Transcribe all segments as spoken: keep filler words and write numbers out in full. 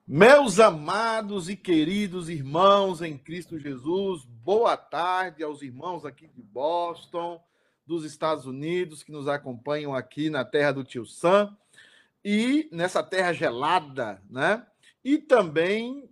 Meus amados e queridos irmãos em Cristo Jesus, boa tarde aos irmãos aqui de Boston, dos Estados Unidos, que nos acompanham aqui na terra do Tio Sam e nessa terra gelada, né? E também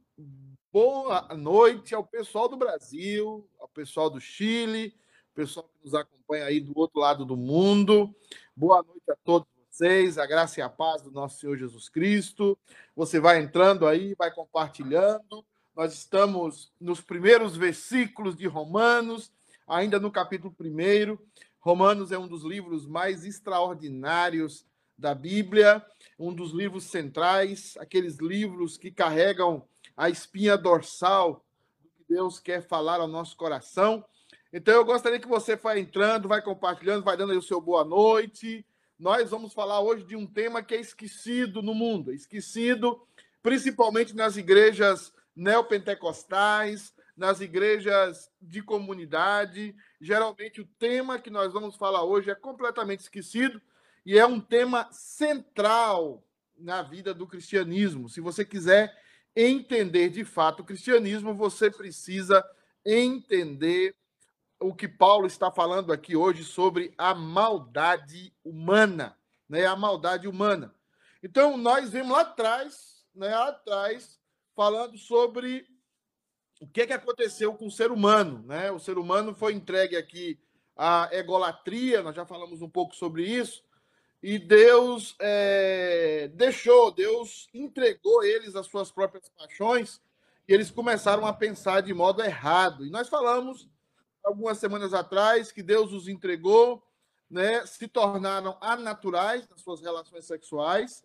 boa noite ao pessoal do Brasil, ao pessoal do Chile, pessoal que nos acompanha aí do outro lado do mundo. Boa noite a todos vocês, a graça e a paz do nosso Senhor Jesus Cristo. Você vai entrando aí, vai compartilhando. Nós estamos nos primeiros versículos de Romanos, ainda no capítulo primeiro. Romanos é um dos livros mais extraordinários da Bíblia, um dos livros centrais, aqueles livros que carregam a espinha dorsal do que Deus quer falar ao nosso coração. Então, eu gostaria que você vá entrando, vai compartilhando, vai dando aí o seu boa noite. Nós vamos falar hoje de um tema que é esquecido no mundo, esquecido principalmente nas igrejas neopentecostais, nas igrejas de comunidade. Geralmente, o tema que nós vamos falar hoje é completamente esquecido e é um tema central na vida do cristianismo. Se você quiser entender de fato o cristianismo, você precisa entender o que Paulo está falando aqui hoje sobre a maldade humana, né? A maldade humana. Então, nós vemos lá atrás, né, lá atrás, falando sobre o que, que aconteceu com o ser humano, né? O ser humano foi entregue aqui à egolatria, nós já falamos um pouco sobre isso, e Deus é, deixou, Deus entregou eles às suas próprias paixões, e eles começaram a pensar de modo errado. E nós falamos algumas semanas atrás que Deus os entregou, né, se tornaram anaturais nas suas relações sexuais.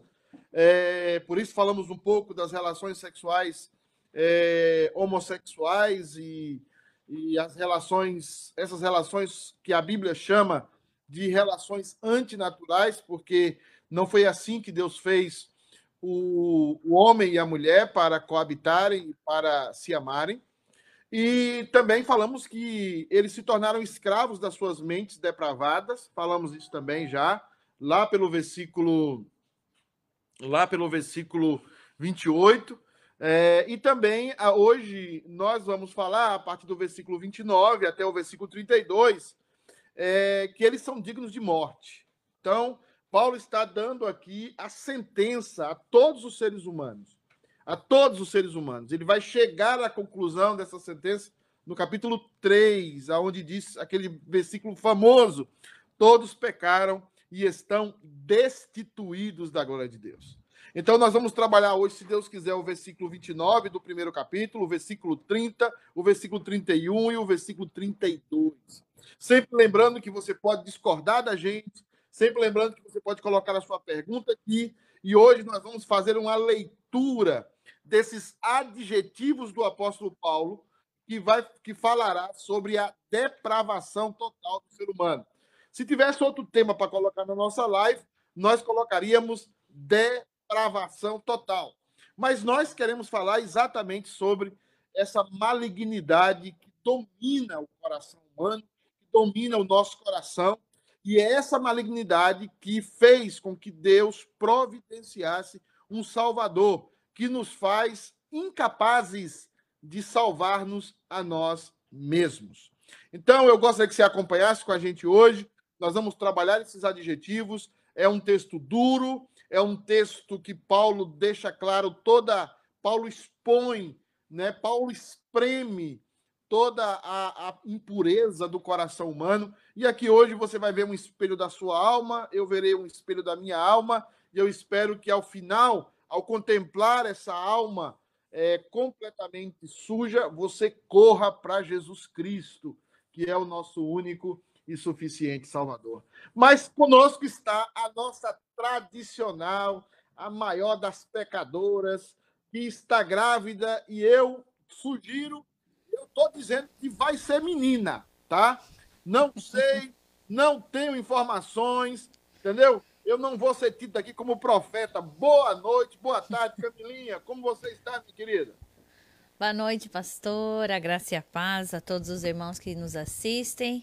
É, por isso falamos um pouco das relações sexuais é, homossexuais e, e as relações, essas relações que a Bíblia chama de relações antinaturais, porque não foi assim que Deus fez o, o homem e a mulher para coabitarem, para se amarem. E também falamos que eles se tornaram escravos das suas mentes depravadas. Falamos isso também já, lá pelo versículo, lá pelo versículo vinte e oito. É, e também, hoje, nós vamos falar, a partir do versículo vinte e nove até o versículo trinta e dois, é, que eles são dignos de morte. Então, Paulo está dando aqui a sentença a todos os seres humanos. A todos os seres humanos. Ele vai chegar à conclusão dessa sentença no capítulo três, onde diz aquele versículo famoso: todos pecaram e estão destituídos da glória de Deus. Então, nós vamos trabalhar hoje, se Deus quiser, o versículo vinte e nove do primeiro capítulo, o versículo trinta, o versículo trinta e um e o versículo trinta e dois. Sempre lembrando que você pode discordar da gente, sempre lembrando que você pode colocar a sua pergunta aqui, e hoje nós vamos fazer uma leitura desses adjetivos do apóstolo Paulo, que, vai, que falará sobre a depravação total do ser humano. Se tivesse outro tema para colocar na nossa live, nós colocaríamos depravação total. Mas nós queremos falar exatamente sobre essa malignidade que domina o coração humano, que domina o nosso coração, e é essa malignidade que fez com que Deus providenciasse um Salvador, que nos faz incapazes de salvar-nos a nós mesmos. Então, eu gostaria que você acompanhasse com a gente hoje. Nós vamos trabalhar esses adjetivos. É um texto duro, é um texto que Paulo deixa claro toda... Paulo expõe, né? Paulo espreme toda a, a impureza do coração humano. E aqui hoje você vai ver um espelho da sua alma, eu verei um espelho da minha alma, e eu espero que ao final, ao contemplar essa alma é, completamente suja, você corra para Jesus Cristo, que é o nosso único e suficiente Salvador. Mas conosco está a nossa tradicional, a maior das pecadoras, que está grávida, e eu sugiro, eu estou dizendo que vai ser menina, tá? Não sei, não tenho informações, entendeu? Eu não vou ser tido aqui como profeta. Boa noite, boa tarde, Camilinha. Como você está, minha querida? Boa noite, pastor. A graça e a paz a todos os irmãos que nos assistem.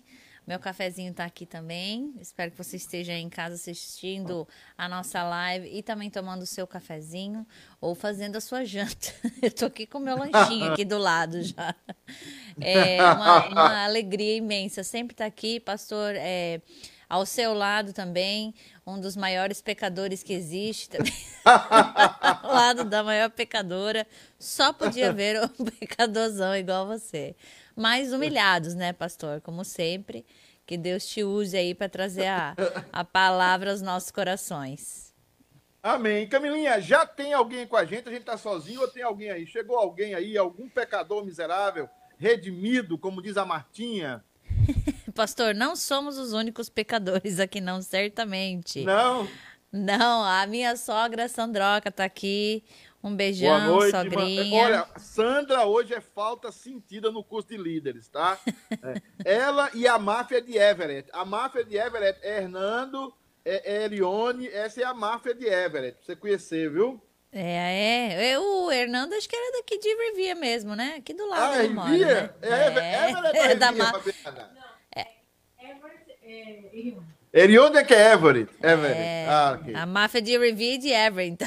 Meu cafezinho tá aqui também. Espero que você esteja aí em casa assistindo a nossa live e também tomando o seu cafezinho ou fazendo a sua janta. Eu tô aqui com o meu lanchinho aqui do lado já. É uma, uma alegria imensa sempre estar aqui, pastor, é, ao seu lado também, um dos maiores pecadores que existe também. Ao lado da maior pecadora, só podia ver um pecadorzão igual você. Mas humilhados, né, pastor? Como sempre, que Deus te use aí para trazer a, a palavra aos nossos corações. Amém. Camilinha, já tem alguém com a gente? A gente tá sozinho ou tem alguém aí? Chegou alguém aí, algum pecador miserável, redimido, como diz a Martinha? Pastor, não somos os únicos pecadores aqui não, certamente. Não? Não, a minha sogra Sandroca tá aqui. Um beijão, Boa noite, sogrinha. Olha, Sandra hoje é falta sentida no curso de líderes, tá? É. Ela e a máfia de Everett. A máfia de Everett é Hernando, é, é Elione, essa é a máfia de Everett, pra você conhecer, viu? É, é. Eu, o Hernando, acho que era daqui de Rivia mesmo, né? Aqui do lado Ah, ele mora, Rivia? né? É, é, Everett é é da Rivia, ma... Fabiana? Everett é Elione. Elione é que é Everett. Everett. É, Ah, ok. a máfia de Rivia e de Everett, então.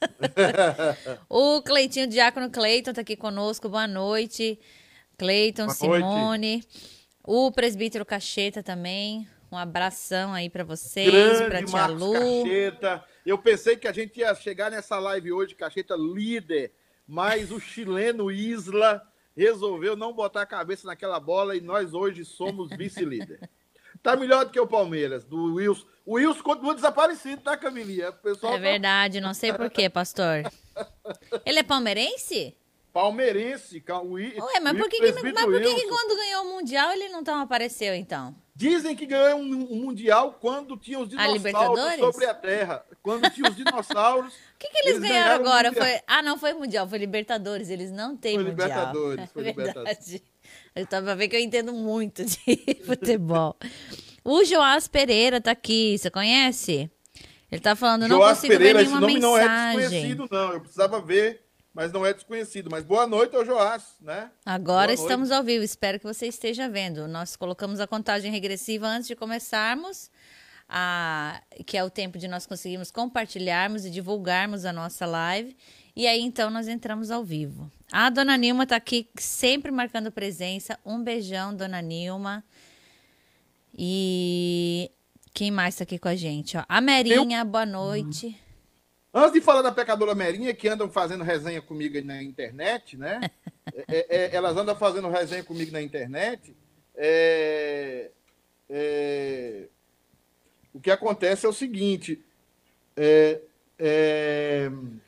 O Cleitinho, o Diácono Cleiton tá aqui conosco, boa noite. Cleiton, Boa Simone. noite. O presbítero Cacheta também, um abração aí pra vocês, Grande pra tia Marcos Lu. Cacheta. Eu pensei que a gente ia chegar nessa live hoje, Cacheta líder, mas o chileno Isla resolveu não botar a cabeça naquela bola e nós hoje somos vice-líder. Tá melhor do que o Palmeiras, do Wilson. O Wilson continua desaparecido, tá, Camilinha? O pessoal É tá verdade, não sei por quê, pastor. Ele é palmeirense? palmeirense. ca- O I- Ué, mas o por que, que, presbítero mas por que, que Wilson. quando ganhou o Mundial ele não tão apareceu, então? Dizem que ganhou um, um mundial quando tinha os dinossauros Libertadores? sobre a Terra. Quando tinha os dinossauros. O que, que eles, Eles ganharam, ganharam o agora? Mundial. Foi... Ah, não foi Mundial, foi Libertadores. Eles não têm Foi Mundial. Libertadores, foi É verdade. Libertadores. Eu tava pra ver que eu entendo muito de futebol. O Joás Pereira tá aqui, você conhece? Ele tá falando, não Joás consigo Pereira, ver esse nenhuma nome não é mensagem. desconhecido, não. Eu precisava ver, mas não é desconhecido. Mas boa noite ao Joás, né? Agora Boa estamos noite. ao vivo, espero que você esteja vendo. Nós colocamos a contagem regressiva antes de começarmos, a... que é o tempo de nós conseguirmos compartilharmos e divulgarmos a nossa live. E aí, então, nós entramos ao vivo. A dona Nilma tá aqui sempre marcando presença. Um beijão, dona Nilma. E quem mais tá aqui com a gente? Ó? A Merinha, boa noite. Antes de falar da pecadora Merinha, que andam fazendo resenha comigo aí na internet, né? É, é, elas andam fazendo resenha comigo na internet. É, é, o que acontece é o seguinte. É, é,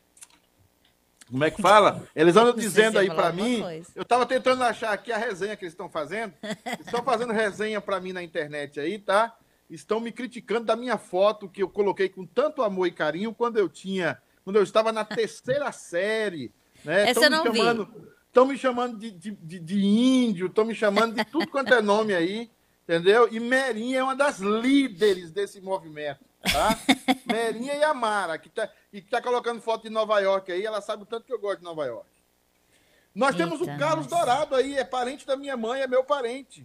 como é que fala? Eles andam Não sei dizendo se aí ia para falar alguma mim. coisa. Eu estava tentando achar aqui a resenha que eles estão fazendo. Eles estão fazendo resenha para mim na internet aí, tá? Estão me criticando da minha foto que eu coloquei com tanto amor e carinho quando eu tinha, quando eu estava na terceira série, né? Essa Tão eu me não vi. chamando, estão me chamando de, de, de, de índio, estão me chamando de tudo quanto é nome aí, entendeu? E Merinha é uma das líderes desse movimento, tá? Merinha e Amara, que tá, e que tá colocando foto de Nova York aí, ela sabe o tanto que eu gosto de Nova York. Nós temos o Eita, Carlos nossa. Dourado aí, é parente da minha mãe, é meu parente.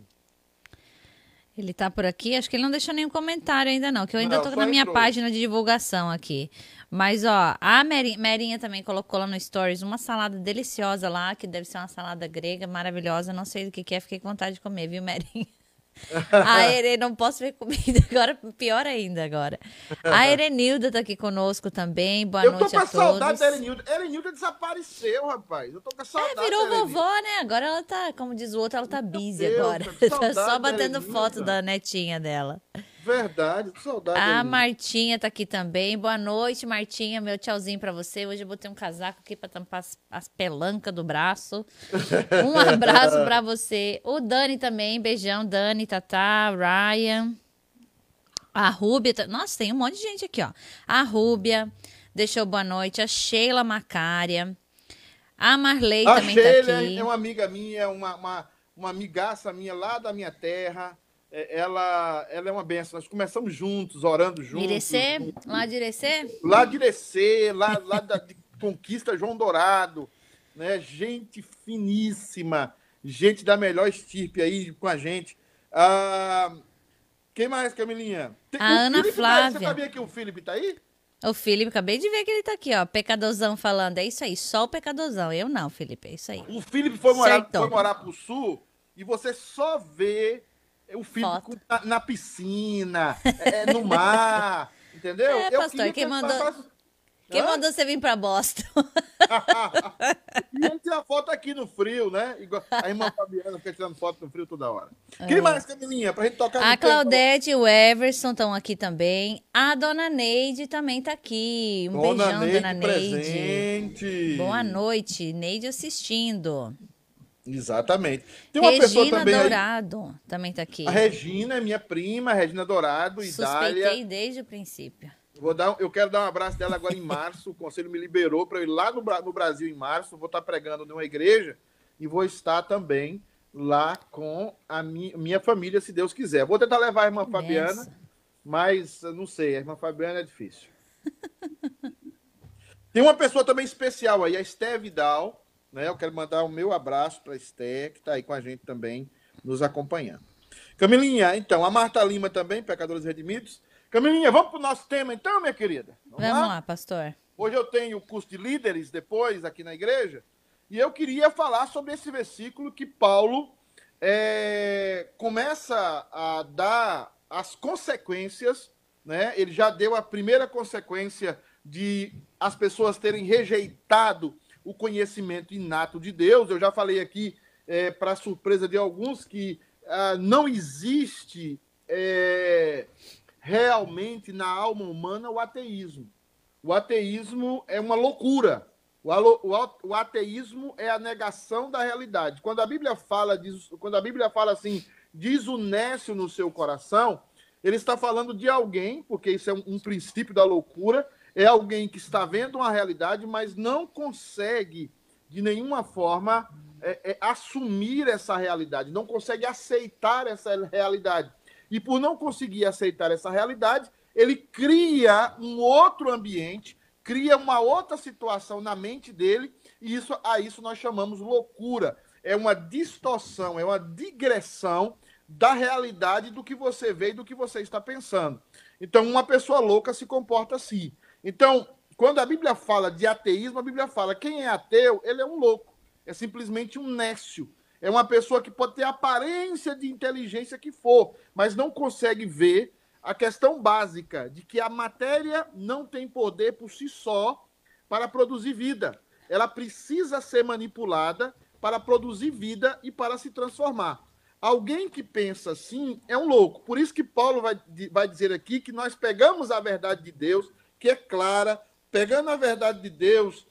Ele tá por aqui, acho que ele não deixou nenhum comentário ainda não, que eu ainda Não, tô só na minha entrou. página de divulgação aqui. Mas, ó, a Meri- Merinha também colocou lá no Stories uma salada deliciosa lá, que deve ser uma salada grega maravilhosa, não sei do que que é, fiquei com vontade de comer, viu, Merinha? A Ere, não posso ver comida agora, pior ainda agora. A Erenilda tá aqui conosco também, boa Eu tô noite com a a saudade todos. da Elenilda. Elenilda desapareceu, rapaz. Eu tô com a saudade É, virou da Elenilda. vovó, né? Agora ela tá, como diz o outro, ela tá busy Deus, agora. cara, que Tá saudade só da batendo Erenilda. foto da netinha dela. Verdade, que saudade da A Elenilda. Martinha tá aqui também. Boa noite, Martinha. Meu tchauzinho pra você. Hoje eu botei um casaco aqui pra tampar as, as pelancas do braço. Um abraço pra você. O Dani também. Beijão, Dani, Tatá, Ryan. A Rúbia. tá- Nossa, tem um monte de gente aqui, ó. A Rúbia deixou boa noite. A Sheila Macária. A Marley A também Sheila tá aqui. é uma amiga minha, uma, uma, uma amigaça minha lá da minha terra. É, Ela, ela é uma benção. Nós começamos juntos, orando juntos. Irecê? Lá de Irecê? Lá de Irecê, lá, lá da, de Conquista João Dourado, né? Gente finíssima, gente da melhor estirpe aí com a gente. Ah, Quem mais, Camilinha? Tem, A o Ana Felipe tá aí. Flávia. Você sabia que o Felipe tá aí? O Felipe, acabei de ver que ele tá aqui, ó. Pecadorzão falando. É isso aí, só o pecadorzão. Eu não, Felipe, é isso aí. O Felipe foi morar, Acertou. foi morar pro sul e você só vê o Felipe Foto. com- na, na piscina, é, é, no mar, entendeu? É, pastor, queria quem que ele mandou- passasse- Quem Hã? mandou você vir pra Boston? E ele tira foto aqui no frio, né? Igual a irmã Fabiana fica tirando foto no frio toda hora. É. Quem mais, Camilinha? Pra gente tocar no A tempo. Claudete e o Everson estão aqui também. A Dona Neide também tá aqui. Um Dona beijão, Neide Dona Neide. presente. Boa noite, Neide assistindo. Exatamente. Tem uma pessoa Regina também aí. Dourado também tá aqui. A Regina é minha prima, Regina Dourado, Idália. Suspeitei desde o princípio. Vou dar, eu quero dar um abraço dela agora em março. O conselho me liberou para eu ir lá no, Bra- no Brasil em março. Vou estar pregando numa igreja e vou estar também lá com a mi, minha família, se Deus quiser. Vou tentar levar a irmã Que Fabiana, benção. mas eu não sei. A irmã Fabiana é difícil. Tem uma pessoa também especial aí, a Esté Vidal. Né? Eu quero mandar o meu abraço para a Esté, que está aí com a gente também, nos acompanhando. Camilinha, então, a Marta Lima também, Pecadores Redimidos. Camilinha, vamos para o nosso tema então, minha querida? Vamos lá, pastor. Hoje eu tenho o curso de líderes depois aqui na igreja e eu queria falar sobre esse versículo que Paulo é, começa a dar as consequências, né? Ele já deu a primeira consequência de as pessoas terem rejeitado o conhecimento inato de Deus. Eu já falei aqui, é, para surpresa de alguns, que ah, não existe é, realmente na alma humana o ateísmo. O ateísmo é uma loucura. O, alo, o, o ateísmo é a negação da realidade. Quando a Bíblia fala, diz, quando a Bíblia fala assim, desoneste no seu coração, ele está falando de alguém, porque isso é um, um princípio da loucura, é alguém que está vendo uma realidade, mas não consegue, de nenhuma forma, é, é, assumir essa realidade, não consegue aceitar essa realidade. E por não conseguir aceitar essa realidade, ele cria um outro ambiente, cria uma outra situação na mente dele, e isso, a isso nós chamamos loucura. É uma distorção, é uma digressão da realidade do que você vê e do que você está pensando. Então, uma pessoa louca se comporta assim. Então, quando a Bíblia fala de ateísmo, a Bíblia fala quem é ateu, ele é um louco, é simplesmente um nécio. É uma pessoa que pode ter a aparência de inteligência que for, mas não consegue ver a questão básica de que a matéria não tem poder por si só para produzir vida. Ela precisa ser manipulada para produzir vida e para se transformar. Alguém que pensa assim é um louco. Por isso que Paulo vai, vai dizer aqui que nós pegamos a verdade de Deus, que é clara, pegando a verdade de Deus,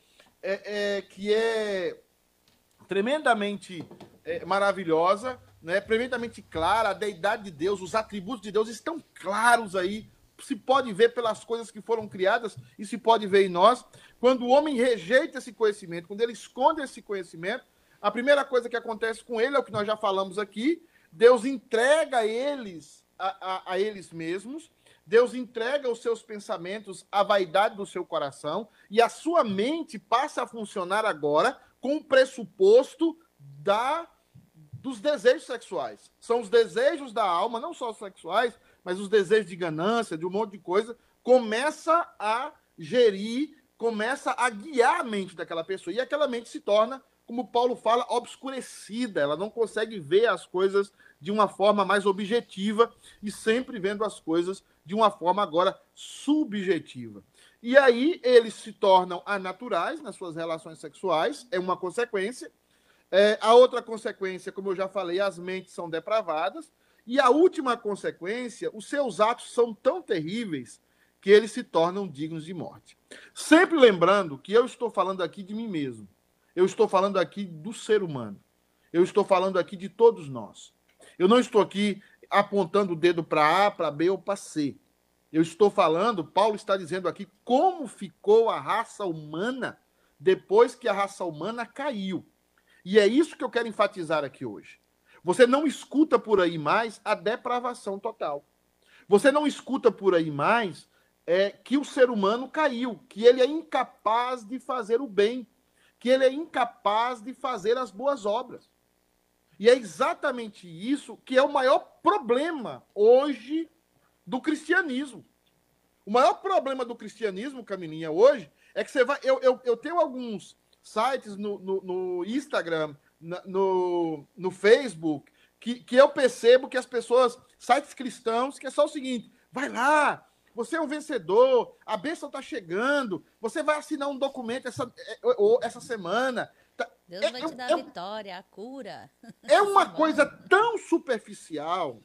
é, é, que é tremendamente é, maravilhosa, né, tremendamente clara, a deidade de Deus, os atributos de Deus estão claros aí, se pode ver pelas coisas que foram criadas e se pode ver em nós. Quando o homem rejeita esse conhecimento, quando ele esconde esse conhecimento, a primeira coisa que acontece com ele é o que nós já falamos aqui, Deus entrega a eles, a, a, a eles mesmos, Deus entrega os seus pensamentos à vaidade do seu coração e a sua mente passa a funcionar agora com o pressuposto da, dos desejos sexuais. São os desejos da alma, não só os sexuais, mas os desejos de ganância, de um monte de coisa, começa a gerir, começa a guiar a mente daquela pessoa. E aquela mente se torna, como Paulo fala, obscurecida. Ela não consegue ver as coisas de uma forma mais objetiva e sempre vendo as coisas de uma forma agora subjetiva. E aí eles se tornam anaturais nas suas relações sexuais, é uma consequência. É, a outra consequência, como eu já falei, as mentes são depravadas. E a última consequência, os seus atos são tão terríveis que eles se tornam dignos de morte. Sempre lembrando que eu estou falando aqui de mim mesmo. Eu estou falando aqui do ser humano. Eu estou falando aqui de todos nós. Eu não estou aqui apontando o dedo para A, para B ou para C. Eu estou falando, Paulo está dizendo aqui, como ficou a raça humana depois que a raça humana caiu. E é isso que eu quero enfatizar aqui hoje. Você não escuta por aí mais a depravação total. Você não escuta por aí mais é, que o ser humano caiu, que ele é incapaz de fazer o bem, que ele é incapaz de fazer as boas obras. E é exatamente isso que é o maior problema hoje do cristianismo. O maior problema do cristianismo, Camilinha, hoje, é que você vai... Eu, eu, eu tenho alguns sites no, no, no Instagram, na, no, no Facebook, que, que eu percebo que as pessoas, sites cristãos, que é só o seguinte, vai lá, você é um vencedor, a bênção está chegando, você vai assinar um documento essa, essa semana. Deus é, vai te é, dar é, a vitória, a cura. É uma coisa tão superficial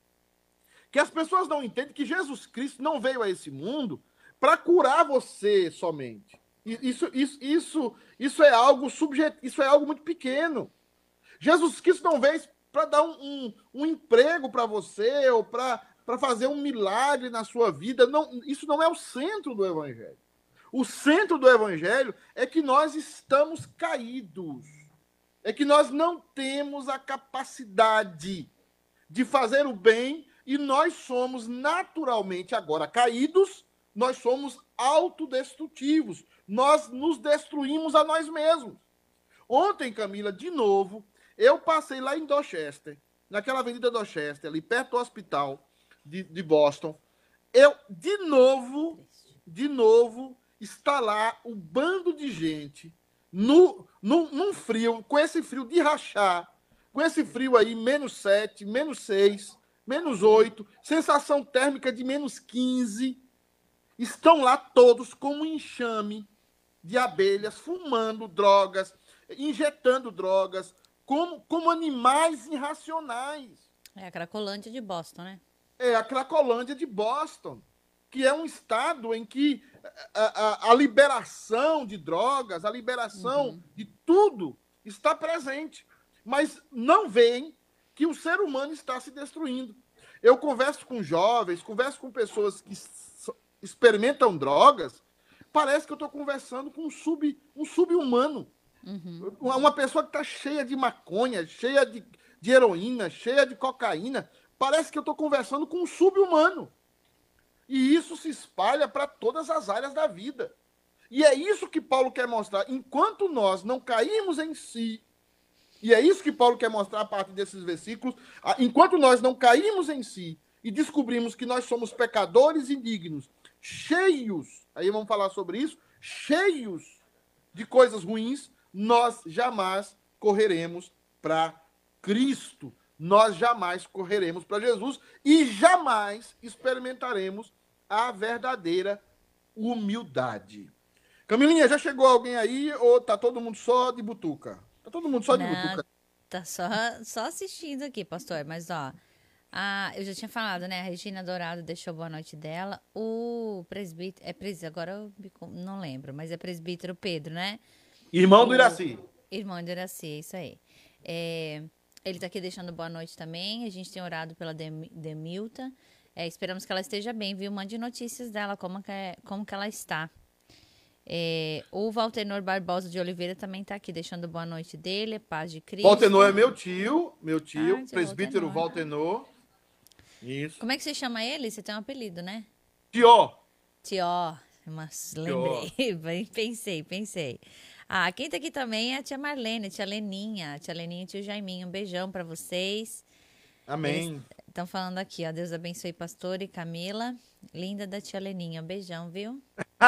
que as pessoas não entendem que Jesus Cristo não veio a esse mundo para curar você somente. Isso, isso, isso, isso é algo subjetivo, isso é algo muito pequeno. Jesus Cristo não veio para dar um, um, um emprego para você ou para fazer um milagre na sua vida. Não, isso não é o centro do Evangelho. O centro do Evangelho é que nós estamos caídos. É que nós não temos a capacidade de fazer o bem e nós somos naturalmente agora caídos, nós somos autodestrutivos. Nós nos destruímos a nós mesmos. Ontem, Camila, de novo, eu passei lá em Dorchester, naquela avenida Dorchester, ali perto do hospital de, de Boston. Eu, de novo, de novo, está lá um bando de gente no, no, num frio, com esse frio de rachar, com esse frio aí, menos sete, menos seis, menos oito, sensação térmica de menos quinze. Estão lá todos como um enxame de abelhas, fumando drogas, injetando drogas, como, como animais irracionais. É a Cracolândia de Boston, né? É a Cracolândia de Boston, que é um estado em que a, a, a liberação de drogas, a liberação uhum. de tudo está presente. Mas não veem que o ser humano está se destruindo. Eu converso com jovens, converso com pessoas que experimentam drogas, parece que eu estou conversando com um, sub, um sub-humano. Uhum. Uma pessoa que está cheia de maconha, cheia de, de heroína, cheia de cocaína. Parece que eu estou conversando com um sub-humano. E isso se espalha para todas as áreas da vida. E é isso que Paulo quer mostrar. Enquanto nós não cairmos em si, e é isso que Paulo quer mostrar a partir desses versículos, enquanto nós não cairmos em si e descobrimos que nós somos pecadores indignos, cheios, aí vamos falar sobre isso, cheios de coisas ruins, nós jamais correremos para Cristo. Nós jamais correremos para Jesus e jamais experimentaremos a verdadeira humildade. Camilinha, já chegou alguém aí ou tá todo mundo só de butuca? Tá todo mundo só de Não, butuca? Tá só, só assistindo aqui, pastor. Mas, ó, a, eu já tinha falado, né? A Regina Dourado deixou boa noite dela. O presbítero, é presbítero, agora eu não lembro, mas é presbítero Pedro, né? Irmão do Iraci. Irmão do Iraci, é isso aí. É, ele tá aqui deixando boa noite também. A gente tem orado pela Demilta. É, esperamos que ela esteja bem, viu? Mande notícias dela, como que, é, como que ela está. É, o Valtenor Barbosa de Oliveira também está aqui, deixando boa noite dele, paz de Cristo. Valtenor é meu tio, meu tio, ah, presbítero Valtenor. Valtenor. Isso. Como é que você chama ele? Você tem um apelido, né? Tió. Tió, mas lembrei, pensei, pensei. Ah, quem tá aqui também é a tia Marlene, a tia Leninha, a tia Leninha e o tio Jaiminho. Um beijão para vocês. Amém. Estão falando aqui, ó, Deus abençoe pastor e Camila. Linda da tia Leninha, um beijão, viu?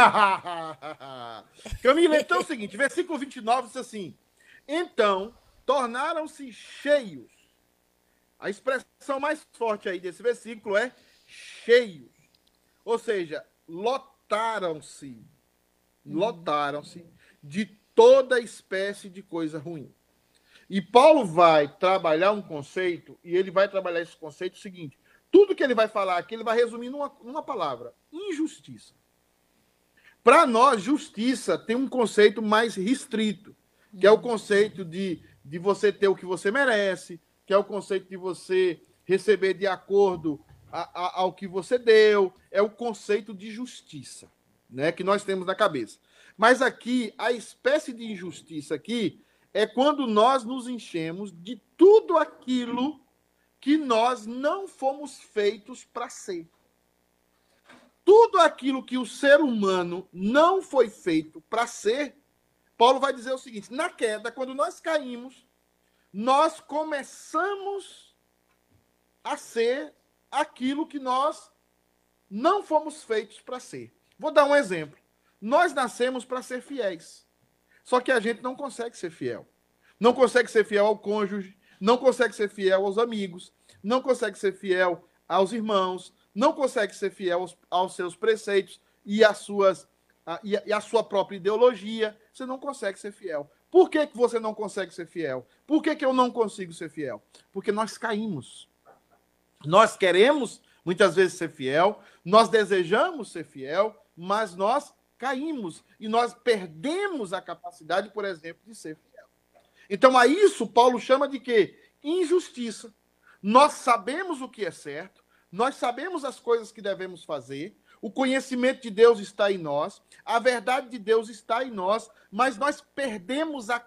Camila, então é o seguinte, versículo vinte e nove diz assim, então, tornaram-se cheios. A expressão mais forte aí desse versículo é cheios. Ou seja, lotaram-se, uhum. lotaram-se de toda espécie de coisa ruim. E Paulo vai trabalhar um conceito, e ele vai trabalhar esse conceito seguinte, tudo que ele vai falar aqui, ele vai resumir numa, numa palavra, injustiça. Para nós, justiça tem um conceito mais restrito, que é o conceito de, de você ter o que você merece, que é o conceito de você receber de acordo a, a, ao que você deu, é o conceito de justiça, né, que nós temos na cabeça. Mas aqui, a espécie de injustiça aqui é quando nós nos enchemos de tudo aquilo que nós não fomos feitos para ser. Tudo aquilo que o ser humano não foi feito para ser, Paulo vai dizer o seguinte, na queda, quando nós caímos, nós começamos a ser aquilo que nós não fomos feitos para ser. Vou dar um exemplo. Nós nascemos para ser fiéis. Só que a gente não consegue ser fiel. Não consegue ser fiel ao cônjuge, não consegue ser fiel aos amigos, não consegue ser fiel aos irmãos, não consegue ser fiel aos, aos seus preceitos e às suas a, e, a, e a sua própria ideologia. Você não consegue ser fiel. Por que, que você não consegue ser fiel? Por que, que eu não consigo ser fiel? Porque nós caímos. Nós queremos, muitas vezes, ser fiel, nós desejamos ser fiel, mas nós caímos e nós perdemos a capacidade, por exemplo, de ser fiel. Então, a isso, Paulo chama de quê? Injustiça. Nós sabemos o que é certo, nós sabemos as coisas que devemos fazer, o conhecimento de Deus está em nós, a verdade de Deus está em nós, mas nós perdemos a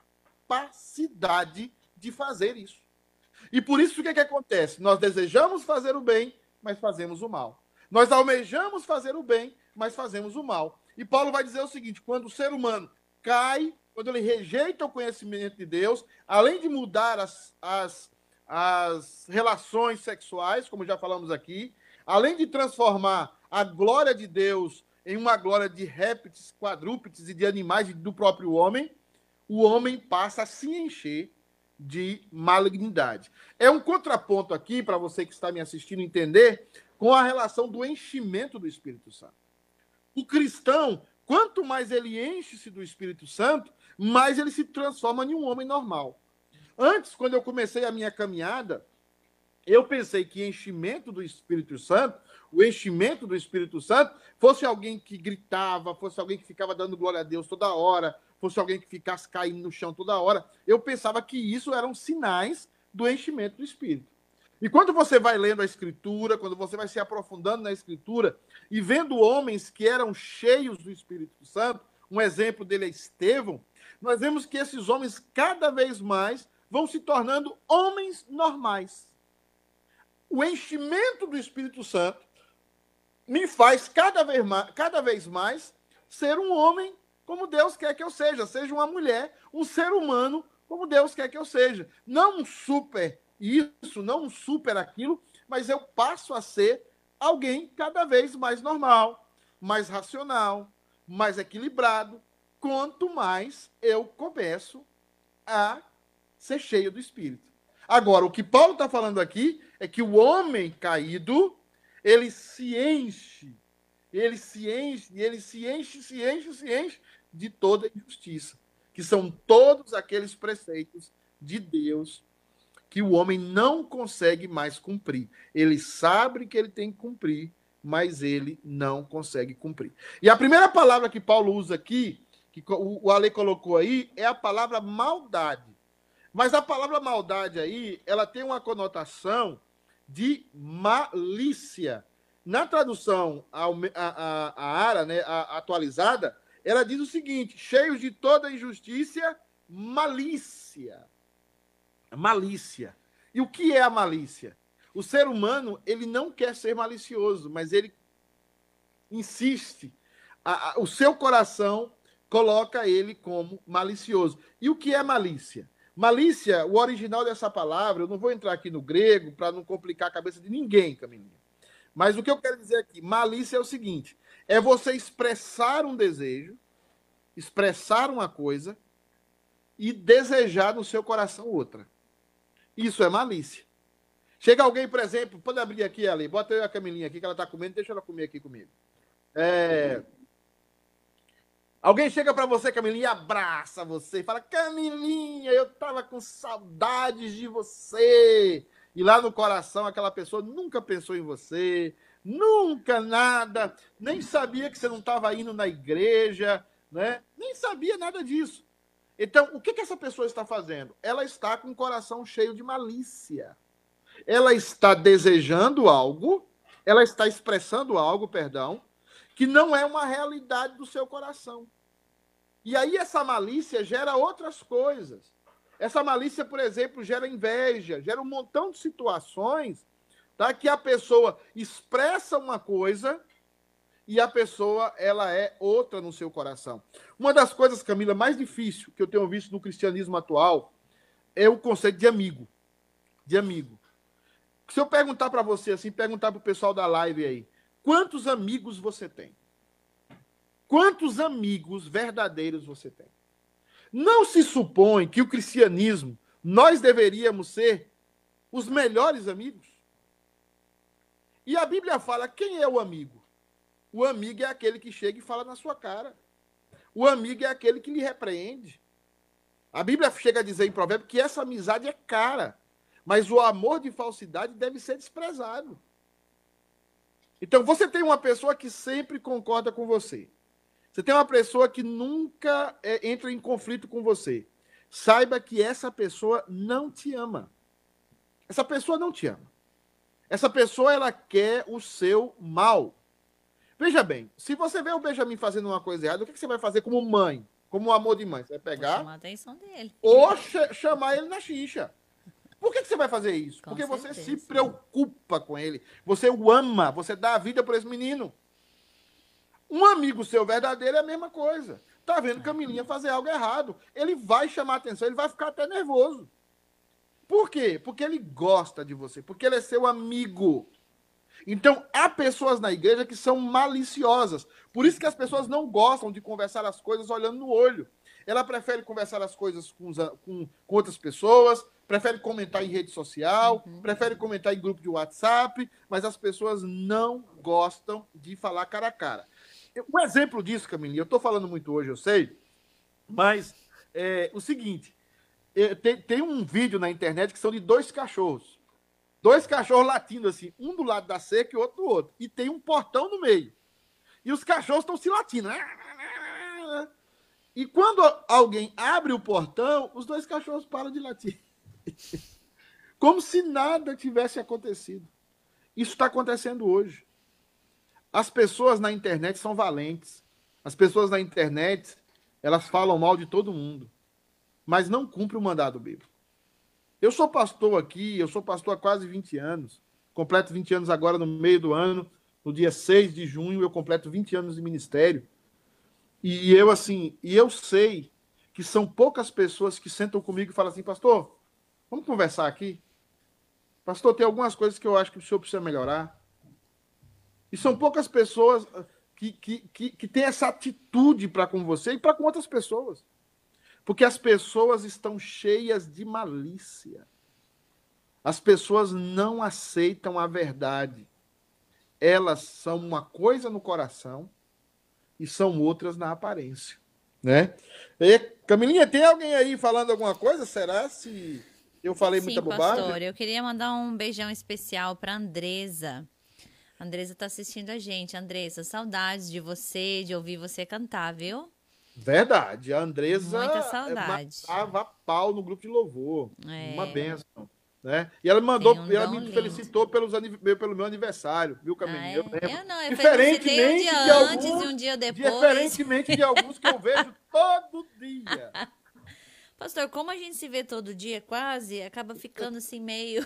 capacidade de fazer isso. E por isso, o que, é que acontece? Nós desejamos fazer o bem, mas fazemos o mal. Nós almejamos fazer o bem, mas fazemos o mal. E Paulo vai dizer o seguinte, quando o ser humano cai, quando ele rejeita o conhecimento de Deus, além de mudar as, as, as relações sexuais, como já falamos aqui, além de transformar a glória de Deus em uma glória de répteis, quadrúpedes e de animais do próprio homem, o homem passa a se encher de malignidade. É um contraponto aqui, para você que está me assistindo entender, com a relação do enchimento do Espírito Santo. O cristão, quanto mais ele enche-se do Espírito Santo, mais ele se transforma em um homem normal. Antes, quando eu comecei a minha caminhada, eu pensei que enchimento do Espírito Santo, o enchimento do Espírito Santo, fosse alguém que gritava, fosse alguém que ficava dando glória a Deus toda hora, fosse alguém que ficasse caindo no chão toda hora. Eu pensava que isso eram sinais do enchimento do Espírito. E quando você vai lendo a Escritura, quando você vai se aprofundando na Escritura e vendo homens que eram cheios do Espírito Santo, um exemplo dele é Estevão, nós vemos que esses homens cada vez mais vão se tornando homens normais. O enchimento do Espírito Santo me faz cada vez mais, cada vez mais ser um homem como Deus quer que eu seja, seja uma mulher, um ser humano como Deus quer que eu seja. Não um super isso, não um super aquilo, mas eu passo a ser alguém cada vez mais normal, mais racional, mais equilibrado, quanto mais eu começo a ser cheio do Espírito. Agora, o que Paulo está falando aqui é que o homem caído, ele se enche, ele se enche, ele se enche, se enche, se enche de toda injustiça, que são todos aqueles preceitos de Deus que o homem não consegue mais cumprir. Ele sabe que ele tem que cumprir, mas ele não consegue cumprir. E a primeira palavra que Paulo usa aqui, que o Ale colocou aí, é a palavra maldade. Mas a palavra maldade aí, ela tem uma conotação de malícia. Na tradução a, a, a Ara, né, a atualizada, ela diz o seguinte, cheios de toda injustiça, malícia. Malícia. E o que é a malícia? O ser humano, ele não quer ser malicioso, mas ele insiste. A, a, o seu coração coloca ele como malicioso. E o que é malícia? Malícia, o original dessa palavra, eu não vou entrar aqui no grego para não complicar a cabeça de ninguém, Camilinha. Mas o que eu quero dizer aqui, malícia é o seguinte, é você expressar um desejo, expressar uma coisa e desejar no seu coração outra. Isso é malícia. Chega alguém, por exemplo, pode abrir aqui, ali, bota eu e a Camilinha aqui, que ela está comendo, deixa ela comer aqui comigo. É... Alguém chega para você, Camilinha, e abraça você, e fala, Camilinha, eu estava com saudades de você. E lá no coração, aquela pessoa nunca pensou em você, nunca nada, nem sabia que você não estava indo na igreja, né? Nem sabia nada disso. Então, o que, que essa pessoa está fazendo? Ela está com o coração cheio de malícia. Ela está desejando algo, ela está expressando algo, perdão, que não é uma realidade do seu coração. E aí essa malícia gera outras coisas. Essa malícia, por exemplo, gera inveja, gera um montão de situações, tá, que a pessoa expressa uma coisa e a pessoa ela é outra no seu coração. Uma das coisas, Camila, mais difícil que eu tenho visto no cristianismo atual é o conceito de amigo. De amigo. Se eu perguntar para você, assim, perguntar para o pessoal da live aí, quantos amigos você tem? Quantos amigos verdadeiros você tem? Não se supõe que o cristianismo, nós deveríamos ser os melhores amigos? E a Bíblia fala, quem é o amigo? O amigo é aquele que chega e fala na sua cara. O amigo é aquele que lhe repreende. A Bíblia chega a dizer em Provérbios que essa amizade é cara, mas o amor de falsidade deve ser desprezado. Então, você tem uma pessoa que sempre concorda com você. Você tem uma pessoa que nunca é, entra em conflito com você. Saiba que essa pessoa não te ama. Essa pessoa não te ama. Essa pessoa, ela quer o seu mal. Veja bem, se você vê o Benjamin fazendo uma coisa errada, o que você vai fazer como mãe? Como um amor de mãe? Você vai pegar... Vou chamar a atenção dele. Ou ch chamar ele na xixa. Por que, que você vai fazer isso? Com Porque certeza. você se preocupa com ele. Você o ama. Você dá a vida por esse menino. Um amigo seu verdadeiro é a mesma coisa. Tá vendo Camilinha fazer algo errado. Ele vai chamar a atenção. Ele vai ficar até nervoso. Por quê? Porque ele gosta de você. Porque ele é seu amigo. Então, há pessoas na igreja que são maliciosas. Por isso que as pessoas não gostam de conversar as coisas olhando no olho. Ela prefere conversar as coisas com, os, com, com outras pessoas, prefere comentar em rede social, uhum. prefere comentar em grupo de WhatsApp, mas as pessoas não gostam de falar cara a cara. Um exemplo disso, Camilinha, eu estou falando muito hoje, eu sei, mas é o seguinte, é, tem, tem um vídeo na internet que são de dois cachorros. Dois cachorros latindo assim, um do lado da cerca e outro do outro. E tem um portão no meio. E os cachorros estão se latindo. E quando alguém abre o portão, os dois cachorros param de latir. Como se nada tivesse acontecido. Isso está acontecendo hoje. As pessoas na internet são valentes. As pessoas na internet, elas falam mal de todo mundo. Mas não cumprem o mandado bíblico. Eu sou pastor aqui, eu sou pastor há quase vinte anos. Completo vinte anos agora no meio do ano. No dia seis de junho, eu completo vinte anos de ministério. E eu, assim, e eu sei que são poucas pessoas que sentam comigo e falam assim, pastor, vamos conversar aqui? Pastor, tem algumas coisas que eu acho que o senhor precisa melhorar. E são poucas pessoas que, que, que, que têm essa atitude para com você e para com outras pessoas. Porque as pessoas estão cheias de malícia. As pessoas não aceitam a verdade. Elas são uma coisa no coração e são outras na aparência. Né? E, Camilinha, tem alguém aí falando alguma coisa? Será se eu falei Sim, muita bobagem? pastor, eu queria mandar um beijão especial para Andresa. A Andresa está assistindo a gente. Andresa, saudades de você, de ouvir você cantar, viu? Verdade, a Andresa Muita saudade. matava pau no grupo de louvor. É. Uma benção. Né? E ela mandou, um ela me lindo. felicitou pelos, pelo meu aniversário, viu, Camilinha? Ah, é? Eu lembro. Eu não, eu Diferentemente felicitei um dia de antes alguns, e um dia depois. Diferentemente de alguns que eu vejo todo dia. Pastor, como a gente se vê todo dia quase, acaba ficando assim meio...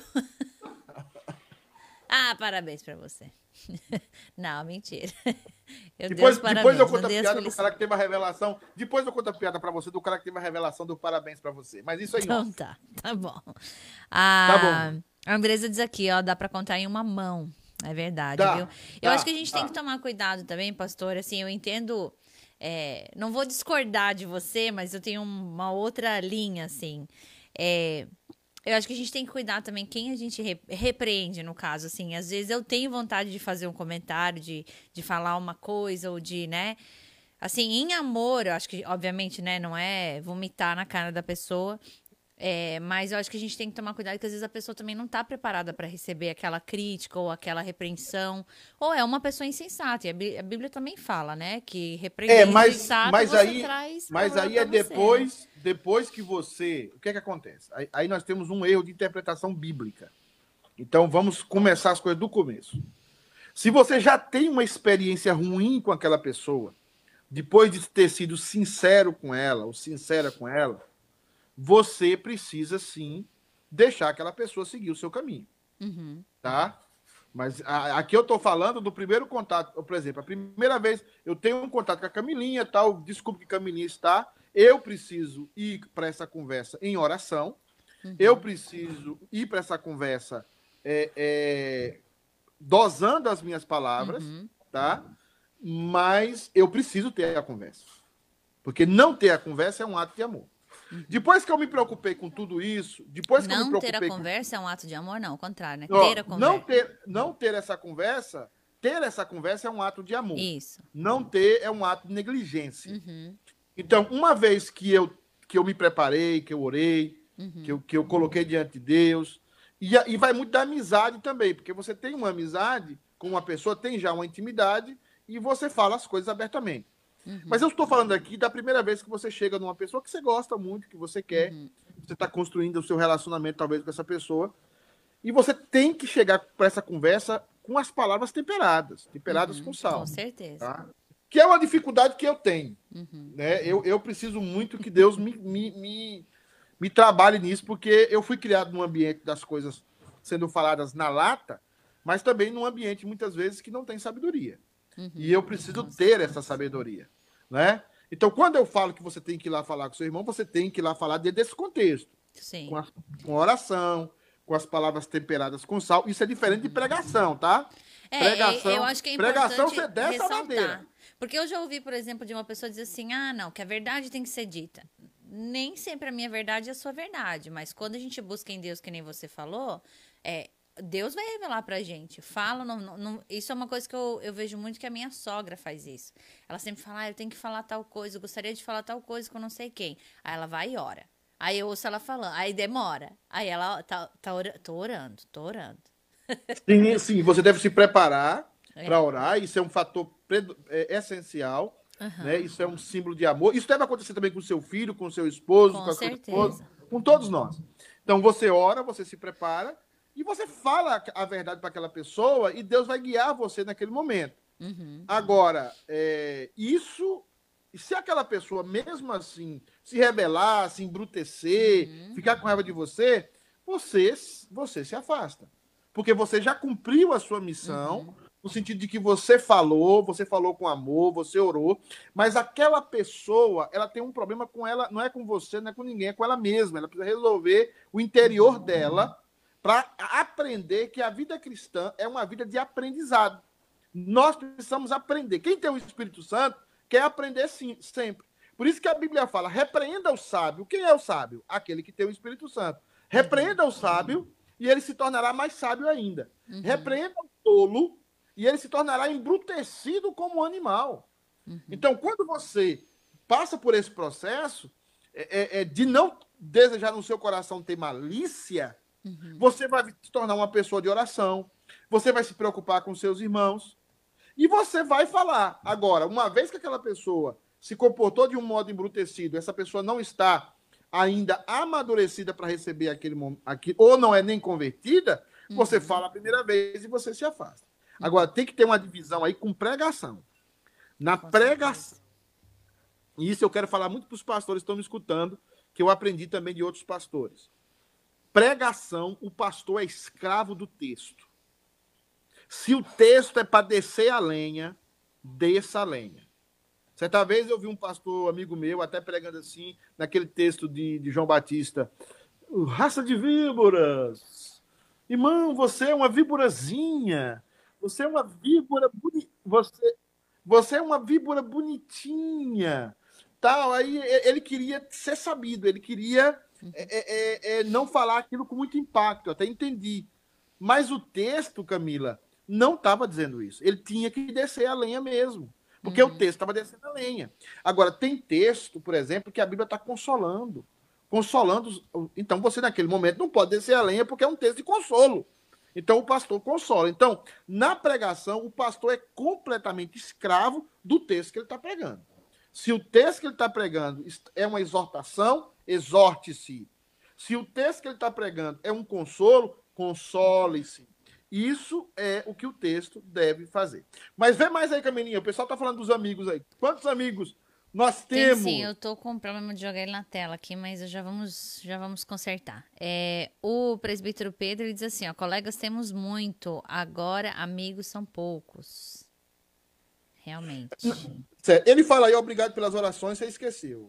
Ah, parabéns pra você. Não, mentira. Eu Depois, Deus, depois eu parabéns, conto a não Deus piada do felici- cara que teve a revelação. Depois eu conto a piada pra você do cara que teve a revelação do parabéns pra você. Mas isso aí não. Então tá, tá bom. A, Tá bom. A Andresa diz aqui, ó, dá pra contar em uma mão. É verdade, Dá, viu? Eu dá, acho que a gente dá. tem que tomar cuidado também, pastor. Assim, eu entendo. é, não vou discordar de você, mas eu tenho uma outra linha, assim. É, eu acho que a gente tem que cuidar também quem a gente re- repreende, no caso, assim. Às vezes eu tenho vontade de fazer um comentário, de, de falar uma coisa, ou de, né? Assim, em amor, eu acho que, obviamente, né? Não é vomitar na cara da pessoa. É, mas eu acho que a gente tem que tomar cuidado, porque às vezes a pessoa também não está preparada para receber aquela crítica ou aquela repreensão. Ou é uma pessoa insensata. E a Bí- a Bíblia também fala, né? Que repreender É, mas, insensato mas você aí, traz mas problema aí é pra você, né? depois, depois que você... O que é que acontece? Aí, aí nós temos um erro de interpretação bíblica. Então, vamos começar as coisas do começo. Se você já tem uma experiência ruim com aquela pessoa, depois de ter sido sincero com ela, ou sincera com ela, você precisa, sim, deixar aquela pessoa seguir o seu caminho. Uhum. Tá? Mas a, aqui eu estou falando do primeiro contato. Por exemplo, a primeira vez eu tenho um contato com a Camilinha, tal, desculpe que Camilinha está, eu preciso ir para essa conversa em oração, Uhum. eu preciso ir para essa conversa é, é, dosando as minhas palavras, Uhum. tá? Mas eu preciso ter a conversa. Porque não ter a conversa é um ato de amor. Uhum. Depois que eu me preocupei com tudo isso, depois que eu me Não ter a preocupei com conversa é um ato de amor, não, ao contrário, né? Ó, Ter a não conversa. ter, não ter essa conversa, ter essa conversa é um ato de amor. Isso. Não ter é um ato de negligência. Uhum. Então, uma vez que eu, que eu me preparei, que eu orei, Uhum. que, eu, que eu coloquei diante de Deus, e, a- e vai muito da amizade também, porque você tem uma amizade com uma pessoa, tem já uma intimidade, e você fala as coisas abertamente. Uhum. Mas eu estou falando aqui da primeira vez que você chega numa pessoa que você gosta muito, que você quer, Uhum. você está construindo o seu relacionamento talvez com essa pessoa, e você tem que chegar para essa conversa com as palavras temperadas, temperadas Uhum. com sal. Com certeza. Tá? Que é uma dificuldade que eu tenho. Uhum. Né? Eu, eu preciso muito que Deus me, me, me, me trabalhe nisso, porque eu fui criado num ambiente das coisas sendo faladas na lata, mas também num ambiente, muitas vezes, que não tem sabedoria. Uhum. E eu preciso ter essa sabedoria. Né? Então, quando eu falo que você tem que ir lá falar com seu irmão, você tem que ir lá falar dentro desse contexto. Sim. Com, a, com oração, com as palavras temperadas com sal. Isso é diferente de pregação, tá? É, pregação, eu acho que é pregação importante você desce a ressaltar. madeira. Porque eu já ouvi, por exemplo, de uma pessoa dizer assim, ah, não, que a verdade tem que ser dita. Nem sempre a minha verdade é a sua verdade, mas quando a gente busca em Deus, que nem você falou, é, Deus vai revelar pra gente. Fala, não, não, não- isso é uma coisa que eu, eu vejo muito que a minha sogra faz isso. Ela sempre fala, ah, eu tenho que falar tal coisa, eu gostaria de falar tal coisa com não sei quem. Aí ela vai e ora. Aí eu ouço ela falando, aí demora. Aí ela tá, tá ora- tô orando, tô orando. Sim, sim, você deve se preparar É. para orar. Isso é um fator predo- é, essencial. Aham. Né? Isso é um símbolo de amor. Isso deve acontecer também com o seu filho, com o seu esposo, Com com a sua certeza. esposa, com todos nós. Então você ora, você se prepara e você fala a verdade para aquela pessoa e Deus vai guiar você naquele momento. Uhum. Agora, é, isso, se aquela pessoa, mesmo assim, se rebelar, se embrutecer, Uhum. ficar com raiva de você, você, você se afasta. Porque você já cumpriu a sua missão, Uhum. no sentido de que você falou, você falou com amor, você orou, mas aquela pessoa, ela tem um problema com ela, não é com você, não é com ninguém, é com ela mesma. Ela precisa resolver o interior dela para aprender que a vida cristã é uma vida de aprendizado. Nós precisamos aprender. Quem tem o Espírito Santo quer aprender sim, sempre. Por isso que a Bíblia fala: repreenda o sábio. Quem é o sábio? Aquele que tem o Espírito Santo. Repreenda o sábio e ele se tornará mais sábio ainda. Uhum. Repreenda o tolo e ele se tornará embrutecido como um animal. Uhum. Então, quando você passa por esse processo é, é, é de não desejar no seu coração ter malícia, Uhum. você vai se tornar uma pessoa de oração, você vai se preocupar com seus irmãos, e você vai falar. Agora, uma vez que aquela pessoa se comportou de um modo embrutecido, essa pessoa não está ainda amadurecida para receber aquele momento, ou não é nem convertida, uhum. Você fala a primeira vez e você se afasta. Uhum. Agora, tem que ter uma divisão aí com pregação. Na com pregação. Certeza. E isso eu quero falar muito para os pastores que estão me escutando, que eu aprendi também de outros pastores. Pregação, o pastor é escravo do texto. Se o texto é para descer a lenha, desça a lenha. Certa vez eu vi um pastor amigo meu, até pregando assim, naquele texto de, de João Batista: raça de víboras, irmão, você é uma víborazinha, você é uma víbora boni... você, você é uma víbora bonitinha. Tal. Aí ele queria ser sabido, ele queria é, é, é, não falar aquilo com muito impacto, eu até entendi. Mas o texto, Camila, não estava dizendo isso. Ele tinha que descer a lenha mesmo. Porque uhum. o texto estava descendo a lenha. Agora, tem texto, por exemplo, que a Bíblia está consolando. Consolando. Então, você, naquele momento, não pode descer a lenha porque é um texto de consolo. Então, o pastor consola. Então, na pregação, o pastor é completamente escravo do texto que ele está pregando. Se o texto que ele está pregando é uma exortação, exorte-se. Se o texto que ele está pregando é um consolo, console-se. Isso é o que o texto deve fazer. Mas vê mais aí, Camilinha. O pessoal está falando dos amigos aí. Quantos amigos nós temos? Tem sim, eu tô com problema de jogar ele na tela aqui, mas já vamos, já vamos consertar. É, o presbítero Pedro ele diz assim, ó, colegas temos muito, agora amigos são poucos. Realmente. Certo. Ele fala aí, obrigado pelas orações, você esqueceu.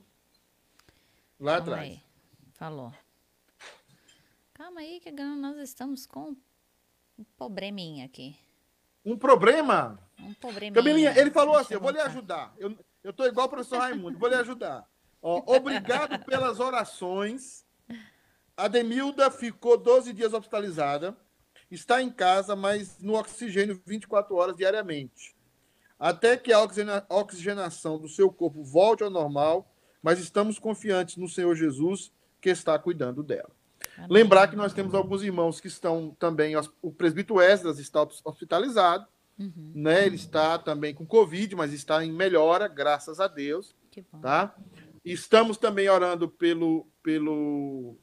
Lá Calma atrás. Aí. Falou. Calma aí, que nós estamos com um probleminha aqui. Um problema? Um probleminha. Camilinha, ele falou assim, Deixa eu vou lhe voltar. ajudar. Eu, eu tô igual o professor Raimundo, vou lhe ajudar. Ó, obrigado pelas orações. A Demilda ficou doze dias hospitalizada. Está em casa, mas no oxigênio vinte e quatro horas diariamente. Até que a oxigena- oxigenação do seu corpo volte ao normal, mas estamos confiantes no Senhor Jesus, que está cuidando dela. Amém. Lembrar que nós temos alguns irmãos que estão também, o presbítero Esdras está hospitalizado, Uhum, né? Ele está também com Covid, mas está em melhora, graças a Deus, que bom. tá? Estamos também orando pelo, pelo,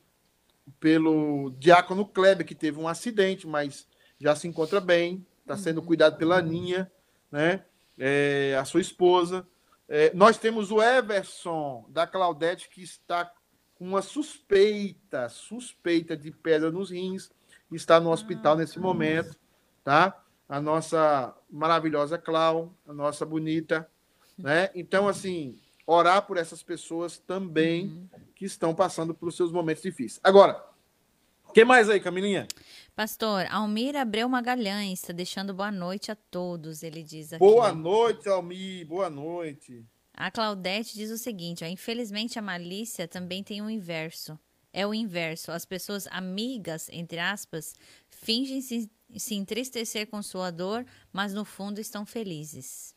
pelo diácono Kleber, que teve um acidente, mas já se encontra bem, está sendo cuidado pela Aninha, né? É, a sua esposa. É, nós temos o Everson, da Claudete, que está com uma suspeita, suspeita de pedra nos rins, está no hospital nesse momento, tá? A nossa maravilhosa Clau, a nossa bonita, né? Então, assim, orar por essas pessoas também Uhum. que estão passando por seus momentos difíceis. Agora, o que mais aí, Camilinha? Pastor, Almir Abreu Magalhães está deixando boa noite a todos, ele diz aqui. Boa noite, Almir, boa noite. A Claudete diz o seguinte, ó, infelizmente a malícia também tem o inverso. É o inverso. As pessoas amigas, entre aspas, fingem se, se entristecer com sua dor, mas no fundo estão felizes.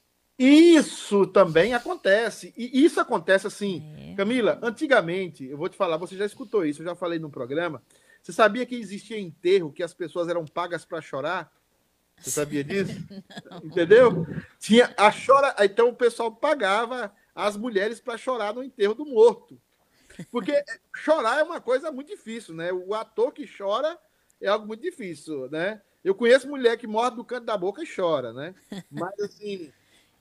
Isso também acontece. E isso acontece assim, É. Camila, antigamente, eu vou te falar, você já escutou isso, eu já falei no programa. Você sabia que existia enterro que as pessoas eram pagas para chorar? Você sabia disso? Entendeu? Tinha a chora, então o pessoal pagava as mulheres para chorar no enterro do morto. Porque chorar é uma coisa muito difícil, né? O ator que chora é algo muito difícil, né? Eu conheço mulher que morre do canto da boca e chora, né? Mas assim,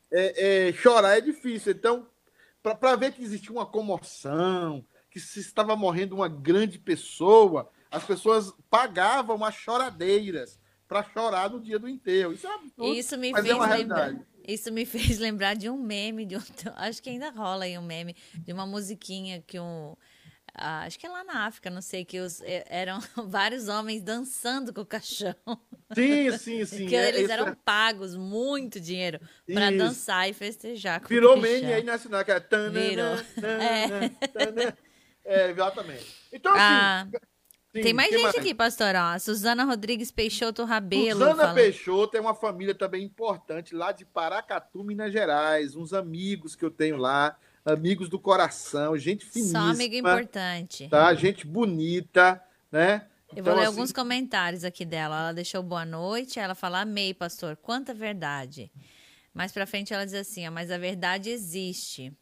é, é, chorar é difícil. Então, para ver que existia uma comoção, que se estava morrendo uma grande pessoa, as pessoas pagavam as choradeiras para chorar no dia do enterro. Isso é absurdo, Isso me mas fez é uma lembrar. realidade. Isso me fez lembrar de um meme, de um, acho que ainda rola aí um meme, de uma musiquinha que um. ah, acho que é lá na África, não sei, que os, eh, eram vários homens dançando com o caixão. Sim, sim, sim. Que é, eles isso eram é- pagos muito dinheiro para Isso. dançar e festejar com Virou o meme aí caixão. nacional, que é... tanana, Virou. tanana, tanana. É, exatamente. Então, assim... Ah, sim, tem mais que gente aqui, pastor. Ó. Suzana Rodrigues Peixoto Rabelo. Suzana Falando... Peixoto é uma família também importante lá de Paracatu, Minas Gerais. Uns amigos que eu tenho lá, amigos do coração, gente Só finíssima. amigo importante. Tá? Gente bonita, né? Eu vou Então, ler assim, alguns comentários aqui dela. Ela deixou boa noite. Ela fala, amei, pastor. Quanta verdade. Mais pra frente ela diz assim, ó, mas a verdade existe.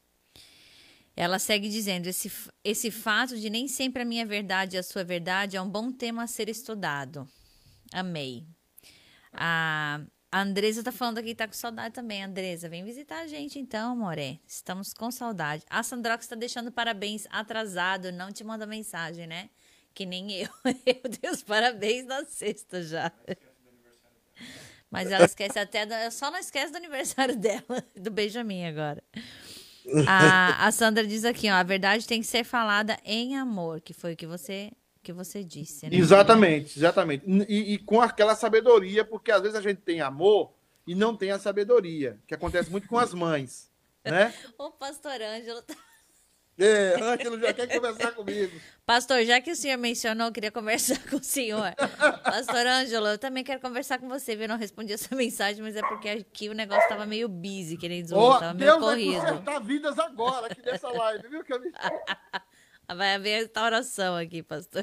Ela segue dizendo, esse, esse fato de nem sempre a minha verdade e a sua verdade é um bom tema a ser estudado. Amei. A a Andresa tá falando aqui, tá com saudade também. Andresa, vem visitar a gente então, Moré. Estamos com saudade. A Sandrox tá deixando parabéns atrasado, não te manda mensagem, né? Que nem eu. Eu dei os parabéns na sexta já. Mas ela esquece até, do, só não esquece do aniversário dela, do Benjamin agora. A, a Sandra diz aqui, ó, a verdade tem que ser falada em amor, que foi o que você, que você disse, né? exatamente, exatamente. E, e com aquela sabedoria, porque às vezes a gente tem amor e não tem a sabedoria, que acontece muito com as mães, né? O pastor Ângelo tá... É, Ângelo já quer conversar comigo. Pastor, já que o senhor mencionou, eu queria conversar com o senhor. Pastor Ângelo, eu também quero conversar com você, viu? Eu não respondi essa mensagem, mas é porque aqui o negócio tava meio busy, queridos. Ó, Tava meio Deus vai corrido. consertar vidas agora aqui nessa live, viu, Camila? Vai haver restauração aqui, pastor.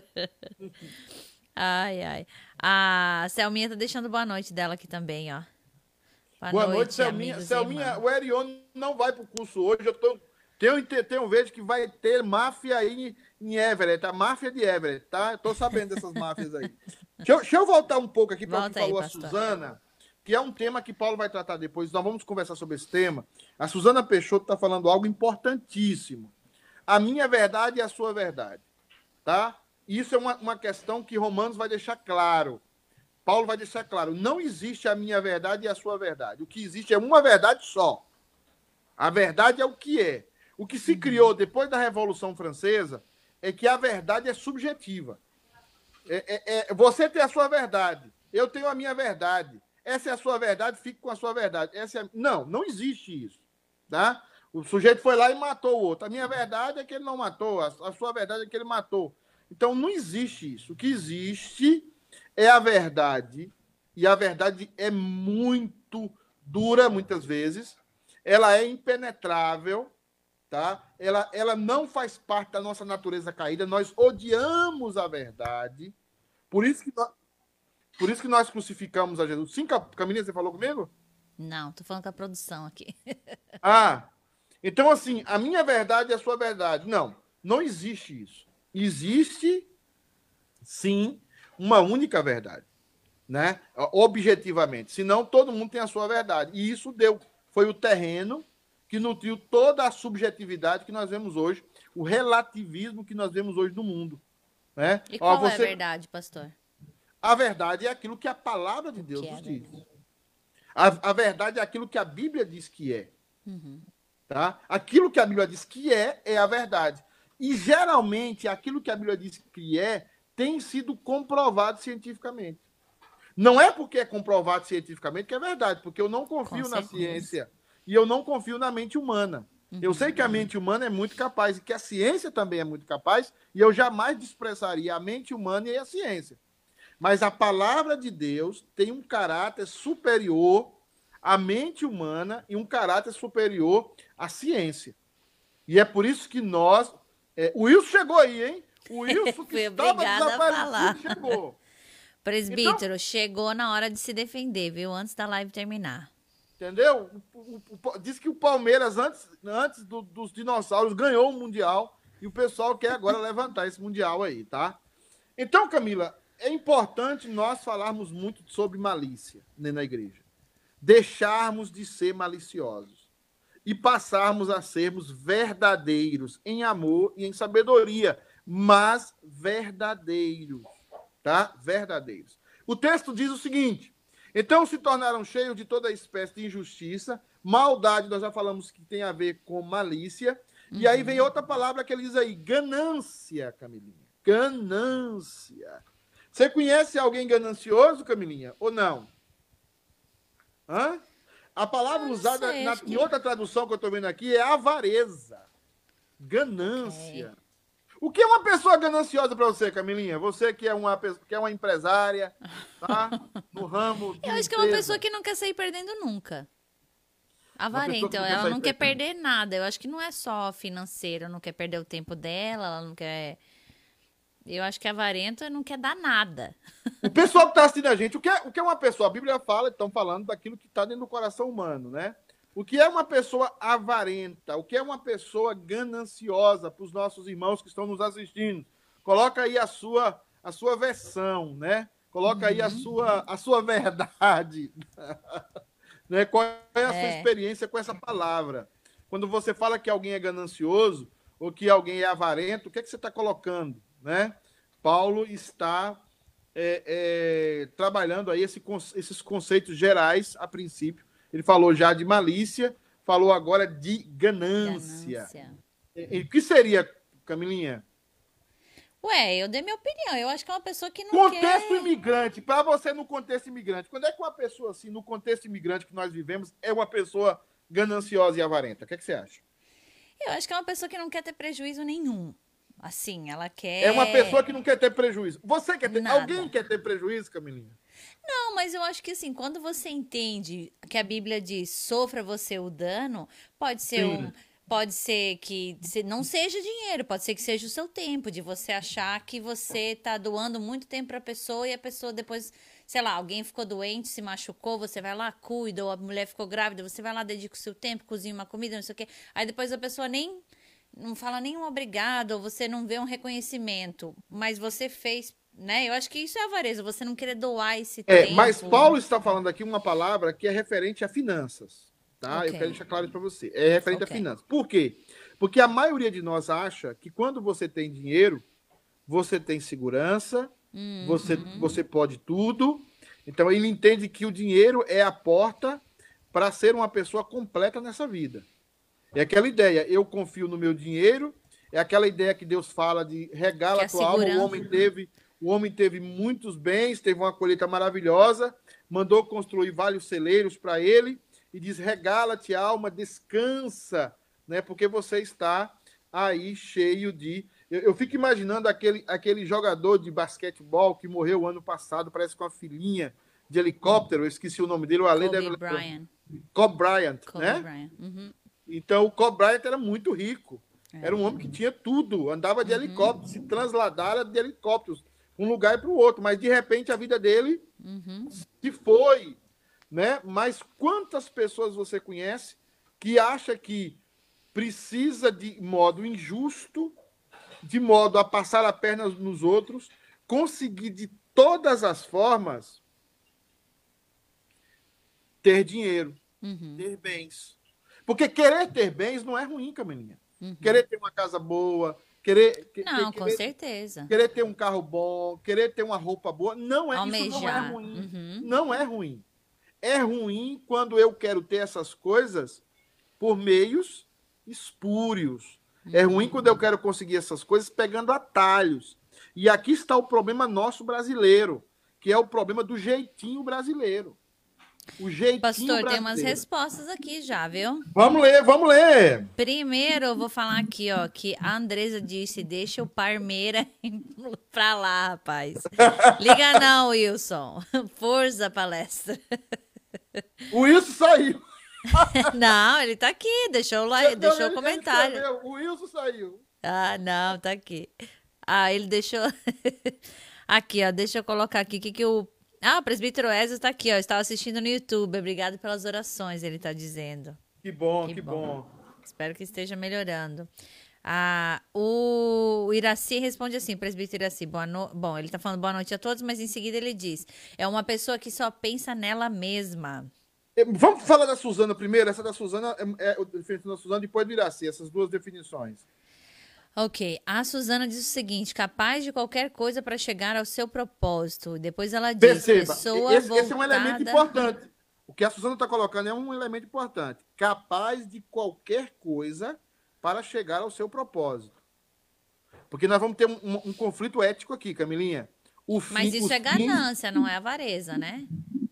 Ai, ai. A Selminha tá deixando boa noite dela aqui também, ó. Boa, Boa noite, Selminha. amigos e Selminha, irmãos. o Erione não vai pro curso hoje. Eu tô, tenho, tenho vejo que vai ter máfia aí em Everett, a máfia de Everett, tá? Eu tô sabendo dessas máfias aí. Deixa eu, deixa eu voltar um pouco aqui para o que Volta aí, falou a pastor. Suzana, que é um tema que Paulo vai tratar depois. Nós vamos conversar sobre esse tema. A Suzana Peixoto está falando algo importantíssimo. A minha verdade é a sua verdade, tá? Isso é uma, uma questão que Romanos vai deixar claro. Paulo vai deixar claro. Não existe a minha verdade e a sua verdade. O que existe é uma verdade só. A verdade é o que é. O que se criou depois da Revolução Francesa é que a verdade é subjetiva. É, é, é, você tem a sua verdade, eu tenho a minha verdade. essa é a sua verdade, fique com a sua verdade. Essa é... Não, não existe isso. Tá? O sujeito foi lá e matou o outro. A minha verdade é que ele não matou, a, a sua verdade é que ele matou. Então, não existe isso. O que existe é a verdade, e a verdade é muito dura, muitas vezes. Ela é impenetrável, tá? Ela, ela não faz parte da nossa natureza caída. Nós odiamos a verdade. Por isso que nós, por isso que nós crucificamos a Jesus. Sim, Camilinha, você falou comigo? Não, tô falando com a produção aqui. Ah, então assim, a minha verdade é a sua verdade. Não, não existe isso. Existe, sim, uma única verdade, né? Objetivamente. Senão, todo mundo tem a sua verdade. E isso deu, foi o terreno que nutriu toda a subjetividade que nós vemos hoje, o relativismo que nós vemos hoje no mundo. Né? E qual Ó, você... é a verdade, pastor? A verdade é aquilo que a palavra de Deus nos diz. A, a verdade é aquilo que a Bíblia diz que é. Uhum. Tá? Aquilo que a Bíblia diz que é, é a verdade. E, geralmente, aquilo que a Bíblia diz que é, tem sido comprovado cientificamente. Não é porque é comprovado cientificamente que é verdade, porque eu não confio na ciência e eu não confio na mente humana. Uhum. Eu sei que a mente humana é muito capaz e que a ciência também é muito capaz, e eu jamais desprezaria a mente humana e a ciência. Mas a palavra de Deus tem um caráter superior à mente humana e um caráter superior à ciência. E é por isso que nós... É, o Wilson chegou aí, hein? O Wilson que estava desaparecido chegou. Presbítero, então, chegou na hora de se defender, viu? Antes da live terminar. Entendeu? O, o, o, diz que o Palmeiras, antes, antes do, dos dinossauros, ganhou o Mundial e o pessoal quer agora levantar esse Mundial aí, tá? Então, Camila, é importante nós falarmos muito sobre malícia, né, na igreja. Deixarmos de ser maliciosos e passarmos a sermos verdadeiros em amor e em sabedoria, mas verdadeiros, tá? Verdadeiros. O texto diz o seguinte: então se tornaram cheios de toda espécie de injustiça, maldade, nós já falamos que tem a ver com malícia, uhum. E aí vem outra palavra que ele diz aí, ganância, Camilinha. Ganância. Você conhece alguém ganancioso, Camilinha, ou não? Hã? A palavra usada sei, na, que... em outra tradução que eu estou vendo aqui é avareza. Ganância. Okay. O que é uma pessoa gananciosa para você, Camilinha? Você que é uma, que é uma empresária, tá? No ramo de Eu acho empresa. que é uma pessoa que não quer sair perdendo nunca. Avarenta, ela não, não quer perder nada. Eu acho que não é só financeiro, não quer perder o tempo dela, ela não quer... Eu acho que a avarenta não quer dar nada. O pessoal que está assistindo a gente, o que, é, o que é uma pessoa? A Bíblia fala, estão falando daquilo que está dentro do coração humano, né? O que é uma pessoa avarenta? O que é uma pessoa gananciosa para os nossos irmãos que estão nos assistindo? Coloca aí a sua, a sua versão, né? Coloca uhum. aí a sua, a sua verdade. Né? Qual é a é. sua experiência com essa palavra? Quando você fala que alguém é ganancioso ou que alguém é avarento, o que, é que você está colocando? Né? Paulo está é, é, trabalhando aí esse, esses conceitos gerais a princípio. Ele falou já de malícia, falou agora de ganância. ganância. E o que seria, Camilinha? Ué, eu dei minha opinião. Eu acho que é uma pessoa que não contexto quer... imigrante. Para você, no contexto imigrante. Quando é que uma pessoa assim, no contexto imigrante que nós vivemos, é uma pessoa gananciosa e avarenta? O que, é que você acha? Eu acho que é uma pessoa que não quer ter prejuízo nenhum. Assim, ela quer... É uma pessoa que não quer ter prejuízo. Você quer ter... Nada. Alguém quer ter prejuízo, Camilinha? Não, mas eu acho que assim, quando você entende que a Bíblia diz sofra você o dano, pode ser Sim. um... Pode ser que não seja dinheiro, pode ser que seja o seu tempo, de você achar que você está doando muito tempo para a pessoa e a pessoa depois, sei lá, alguém ficou doente, se machucou, você vai lá, cuida, ou a mulher ficou grávida, você vai lá, dedica o seu tempo, cozinha uma comida, não sei o quê. Aí depois a pessoa nem, não fala nem um obrigado, ou você não vê um reconhecimento, mas você fez, né? Eu acho que isso é avareza, você não querer doar esse é, tempo. Mas Paulo está falando aqui uma palavra que é referente a finanças. Tá? Okay. Eu quero deixar claro isso para você. É referente okay. a finanças. Por quê? Porque a maioria de nós acha que quando você tem dinheiro, você tem segurança, uhum. você, você pode tudo. Então, ele entende que o dinheiro é a porta para ser uma pessoa completa nessa vida. É aquela ideia, eu confio no meu dinheiro, é aquela ideia que Deus fala de regar a tua alma. O homem teve, O homem teve muitos bens, teve uma colheita maravilhosa, mandou construir vários celeiros para ele e diz: regala-te, alma, descansa, né? Porque você está aí cheio de... Eu, eu fico imaginando aquele, aquele jogador de basquetebol que morreu ano passado, parece com a filhinha de helicóptero, eu esqueci o nome dele, o Ale Kobe deve... Bryant. Kobe Bryant, Kobe né? Bryant. Uhum. Então, o Kobe Bryant era muito rico. É. Era um homem que tinha tudo, andava de helicóptero, se trasladara de helicópteros, um lugar para o outro, mas de repente a vida dele Uhum. se foi, né? Mas quantas pessoas você conhece que acha que precisa de modo injusto, de modo a passar a perna nos outros, conseguir de todas as formas ter dinheiro, Uhum. ter bens. Porque querer ter bens não é ruim, Camilinha. Uhum. Querer ter uma casa boa, querer, que- Não, que- com querer, certeza. querer ter um carro bom, querer ter uma roupa boa, não é, isso não é Almejar. ruim. Uhum. Não é ruim. É ruim quando eu quero ter essas coisas por meios espúrios. É ruim quando eu quero conseguir essas coisas pegando atalhos. E aqui está o problema nosso brasileiro, que é o problema do jeitinho brasileiro. O jeitinho Pastor, tem umas brasileiro. respostas aqui já, viu? Vamos ler, vamos ler. Primeiro, eu vou falar aqui, ó, que a Andresa disse: deixa o Parmeira pra lá, rapaz. Liga não, Wilson. Força, palestra. O Wilson saiu. Não, ele tá aqui, deixou lá, Não, deixou ele- o ele comentário. escreveu, O Wilson saiu. Ah, não, tá aqui. Ah, ele deixou. Aqui, ó, deixa eu colocar aqui o que, que o. Ah, o presbítero Ezra tá aqui, ó. Estava assistindo no YouTube. Obrigado pelas orações, ele tá dizendo. Que bom, Que que, bom. bom. Espero que esteja melhorando. Ah, o Iraci responde assim, presbítero Iraci, boa no... bom, ele tá falando boa noite a todos, mas em seguida ele diz: é uma pessoa que só pensa nela mesma. Eh, Vamos falar da Suzana primeiro. Essa da Suzana é, é a definição da Suzana, depois do Iraci, essas duas definições. Ok, a Suzana diz o seguinte: capaz de qualquer coisa para chegar ao seu propósito. Depois ela diz: Perceba, pessoa esse, voltada... esse é um elemento importante. O que a Suzana está colocando é um elemento importante. Capaz de qualquer coisa para chegar ao seu propósito. Porque nós vamos ter um, um- um conflito ético aqui, Camilinha. O fim- Mas isso os é fins- ganância, não é avareza, né?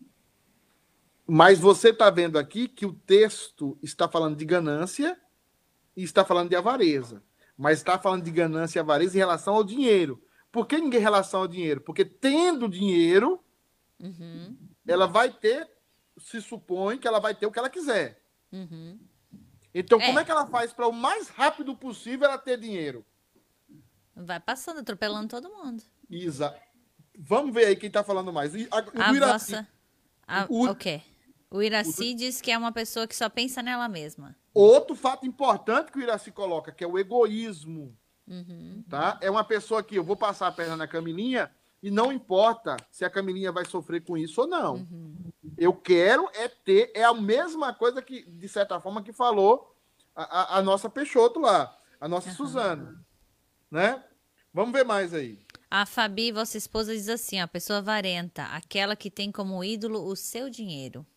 Mas você está vendo aqui que o texto está falando de ganância e está falando de avareza. Mas está falando de ganância e avareza em relação ao dinheiro. Por que em relação ao dinheiro? Porque tendo dinheiro, Uhum, ela vai ter, se supõe que ela vai ter o que ela quiser. uhum. Então, É. como é que ela faz para o mais rápido possível ela ter dinheiro? Vai passando, atropelando todo mundo. Isa. Vamos ver aí quem está falando mais. E a- o A do Iraci. vossa... A... O- O quê? O Iraci diz que é uma pessoa que só pensa nela mesma. Outro fato importante que o Iraci coloca, que é o egoísmo. Uhum. Tá? É uma pessoa que eu vou passar a perna na Camilinha e não importa se a Camilinha vai sofrer com isso ou não. Uhum. Eu quero é ter, é a mesma coisa que, de certa forma, que falou a, a- a nossa Peixoto lá, a nossa Uhum. Suzana. Né? Vamos ver mais aí. A Fabi, vossa esposa, diz assim: a pessoa avarenta, aquela que tem como ídolo o seu dinheiro.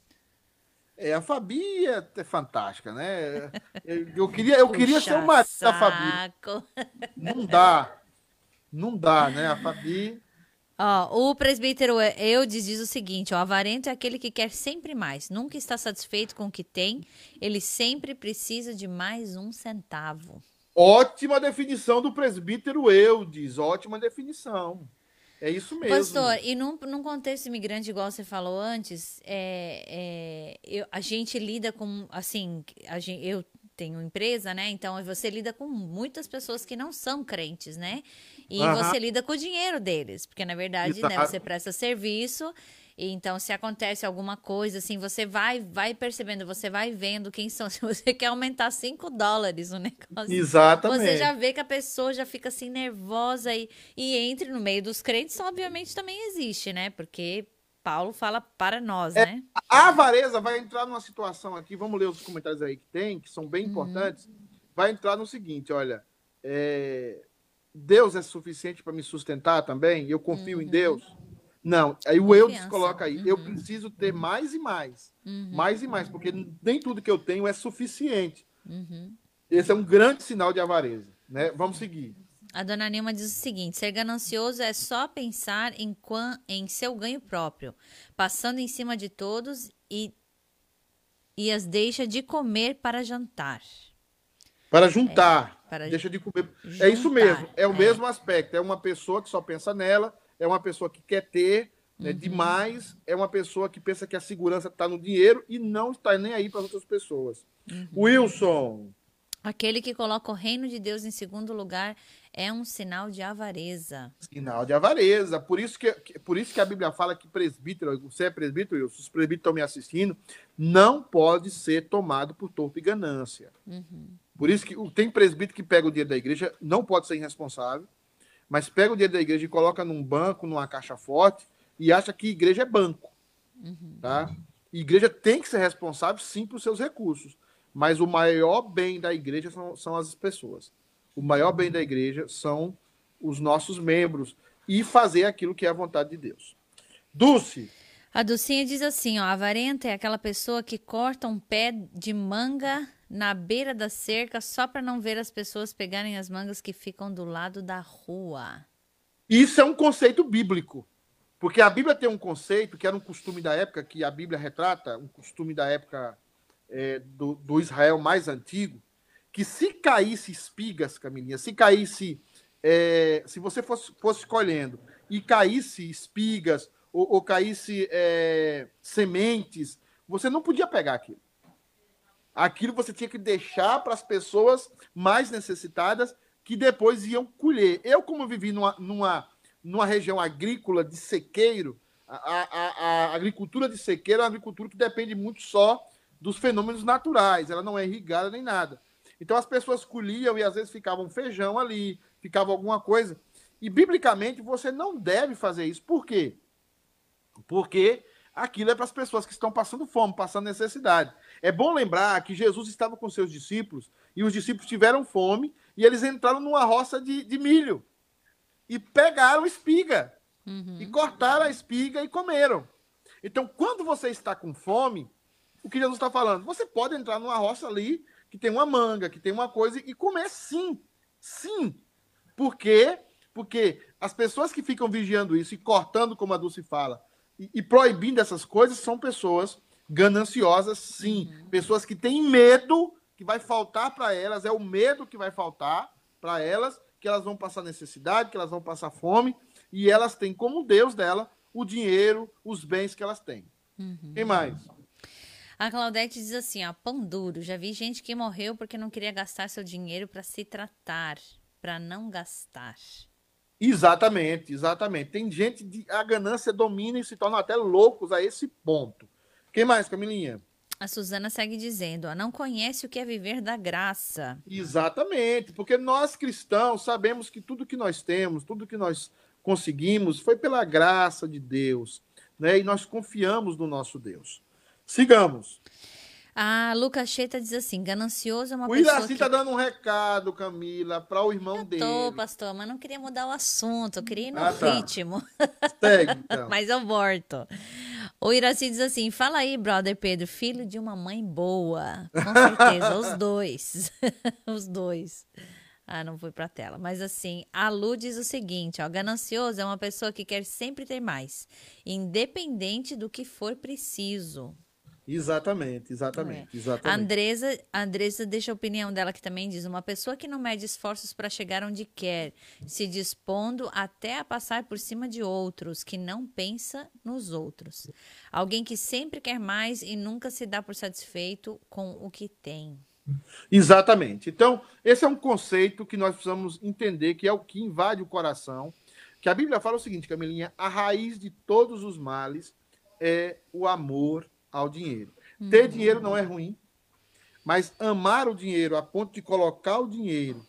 É, a Fabi é, é fantástica, né? Eu, eu queria, eu queria ser o Puxa marido da Fabi. saco. Não dá. Não dá, né? A Fabi. Ó, o presbítero Eudes diz o seguinte: o avarento é aquele que quer sempre mais, nunca está satisfeito com o que tem, ele sempre precisa de mais um centavo. Ótima definição do presbítero Eudes. Ótima definição. É isso mesmo. Pastor, e num, num contexto imigrante, igual você falou antes, é, é, eu- a gente lida com, assim, a gen- eu tenho empresa, né? Então você lida com muitas pessoas que não são crentes, né? E Aham. você lida com o dinheiro deles, porque na verdade, né, Exato. você presta serviço. E então, se acontece alguma coisa, assim, você vai, vai percebendo, você vai vendo quem são. Se você quer aumentar cinco dólares o negócio, Exatamente. você já vê que a pessoa já fica assim nervosa e, e entre no meio dos crentes, obviamente também existe, né? Porque Paulo fala para nós, É, né? A avareza vai entrar numa situação aqui, vamos ler os comentários aí que tem, que são bem importantes. Vai entrar no seguinte: olha, é, Deus é suficiente para me sustentar também? Eu confio em Deus? Não. Aí o Eudes Confiança. coloca aí: eu preciso ter mais e mais. Mais e mais, porque nem tudo que eu tenho é suficiente. Uhum. Esse é um grande sinal de avareza. Né? Vamos seguir. A dona Nilma diz o seguinte: ser ganancioso é só pensar em, quan, em seu ganho próprio, passando em cima de todos e, e as deixa de comer para jantar. Para juntar, É, para deixa de comer. juntar, É isso mesmo, é o é. mesmo aspecto. É uma pessoa que só pensa nela, é uma pessoa que quer ter né, Uhum. demais, é uma pessoa que pensa que a segurança está no dinheiro e não está nem aí para as outras pessoas. Uhum. Wilson. Aquele que coloca o reino de Deus em segundo lugar é um sinal de avareza. Sinal de avareza. Por isso que, por isso que a Bíblia fala que presbítero, você é presbítero, Wilson, os presbíteros estão me assistindo, não pode ser tomado por torpe ganância. Uhum. Por isso que tem presbítero que pega o dinheiro da igreja, não pode ser irresponsável, mas pega o dinheiro da igreja e coloca num banco, numa caixa forte, e acha que igreja é banco. Uhum. Tá? Igreja tem que ser responsável, sim, por seus recursos. Mas o maior bem da igreja são, são as pessoas. O maior bem da igreja são os nossos membros. E fazer aquilo que é a vontade de Deus. Dulce. A Dulcinha diz assim, ó, avarenta é aquela pessoa que corta um pé de manga na beira da cerca só para não ver as pessoas pegarem as mangas que ficam do lado da rua. Isso é um conceito bíblico. Porque a Bíblia tem um conceito que era um costume da época, que a Bíblia retrata, um costume da época é, do, do Israel mais antigo, que se caísse espigas, Camilinha, se caísse, é, se você fosse, fosse colhendo e caísse espigas ou, ou caísse é, sementes, você não podia pegar aquilo. Aquilo você tinha que deixar para as pessoas mais necessitadas que depois iam colher. Eu, como vivi numa, numa, numa região agrícola de sequeiro, a, a, a agricultura de sequeiro é uma agricultura que depende muito só dos fenômenos naturais, ela não é irrigada nem nada. Então as pessoas colhiam e às vezes ficava um feijão ali, ficava alguma coisa. E biblicamente você não deve fazer isso. Por quê? Porque aquilo é para as pessoas que estão passando fome, passando necessidade. É bom lembrar que Jesus estava com seus discípulos e os discípulos tiveram fome e eles entraram numa roça de, de milho e pegaram espiga uhum. e cortaram a espiga e comeram. Então, quando você está com fome, o que Jesus está falando? Você pode entrar numa roça ali que tem uma manga, que tem uma coisa e comer sim. Sim. Por quê? Porque as pessoas que ficam vigiando isso e cortando, como a Dulce fala, e, e proibindo essas coisas, são pessoas gananciosas, sim. Uhum. Pessoas que têm medo que vai faltar para elas, é o medo que vai faltar para elas, que elas vão passar necessidade, que elas vão passar fome, e elas têm como Deus dela o dinheiro, os bens que elas têm. Uhum. Quem mais? A Claudete diz assim, ó, pão duro. Já vi gente que morreu porque não queria gastar seu dinheiro para se tratar, para não gastar. Exatamente, exatamente. Tem gente, de, a ganância domina e se tornam até loucos a esse ponto. Quem mais, Camilinha? A Suzana segue dizendo, ó, não conhece o que é viver da graça. Exatamente, porque nós cristãos sabemos que tudo que nós temos, tudo que nós conseguimos foi pela graça de Deus, né? E nós confiamos no nosso Deus. Sigamos. A Lucas Cheta diz assim, ganancioso é uma o pessoa Iraci que... tá dando um recado, Camila, para o irmão eu dele. tô, pastor, mas não queria mudar o assunto, eu queria ir no ah, tá. ritmo. Segue, então. Mas eu volto. O Iraci diz assim, fala aí, brother Pedro, filho de uma mãe boa. Com certeza, os dois. Os dois. Ah, não fui pra tela. Mas assim, a Lu diz o seguinte, ó, ganancioso é uma pessoa que quer sempre ter mais, independente do que for preciso. Exatamente, exatamente, é. exatamente. A Andresa, a Andresa deixa a opinião dela que também diz, uma pessoa que não mede esforços para chegar onde quer, se dispondo até a passar por cima de outros, que não pensa nos outros. Alguém que sempre quer mais e nunca se dá por satisfeito com o que tem. Exatamente. Então, esse é um conceito que nós precisamos entender, que é o que invade o coração, que a Bíblia fala o seguinte, Camilinha, a raiz de todos os males é o amor ao dinheiro. Uhum. Ter dinheiro não é ruim, mas amar o dinheiro a ponto de colocar o dinheiro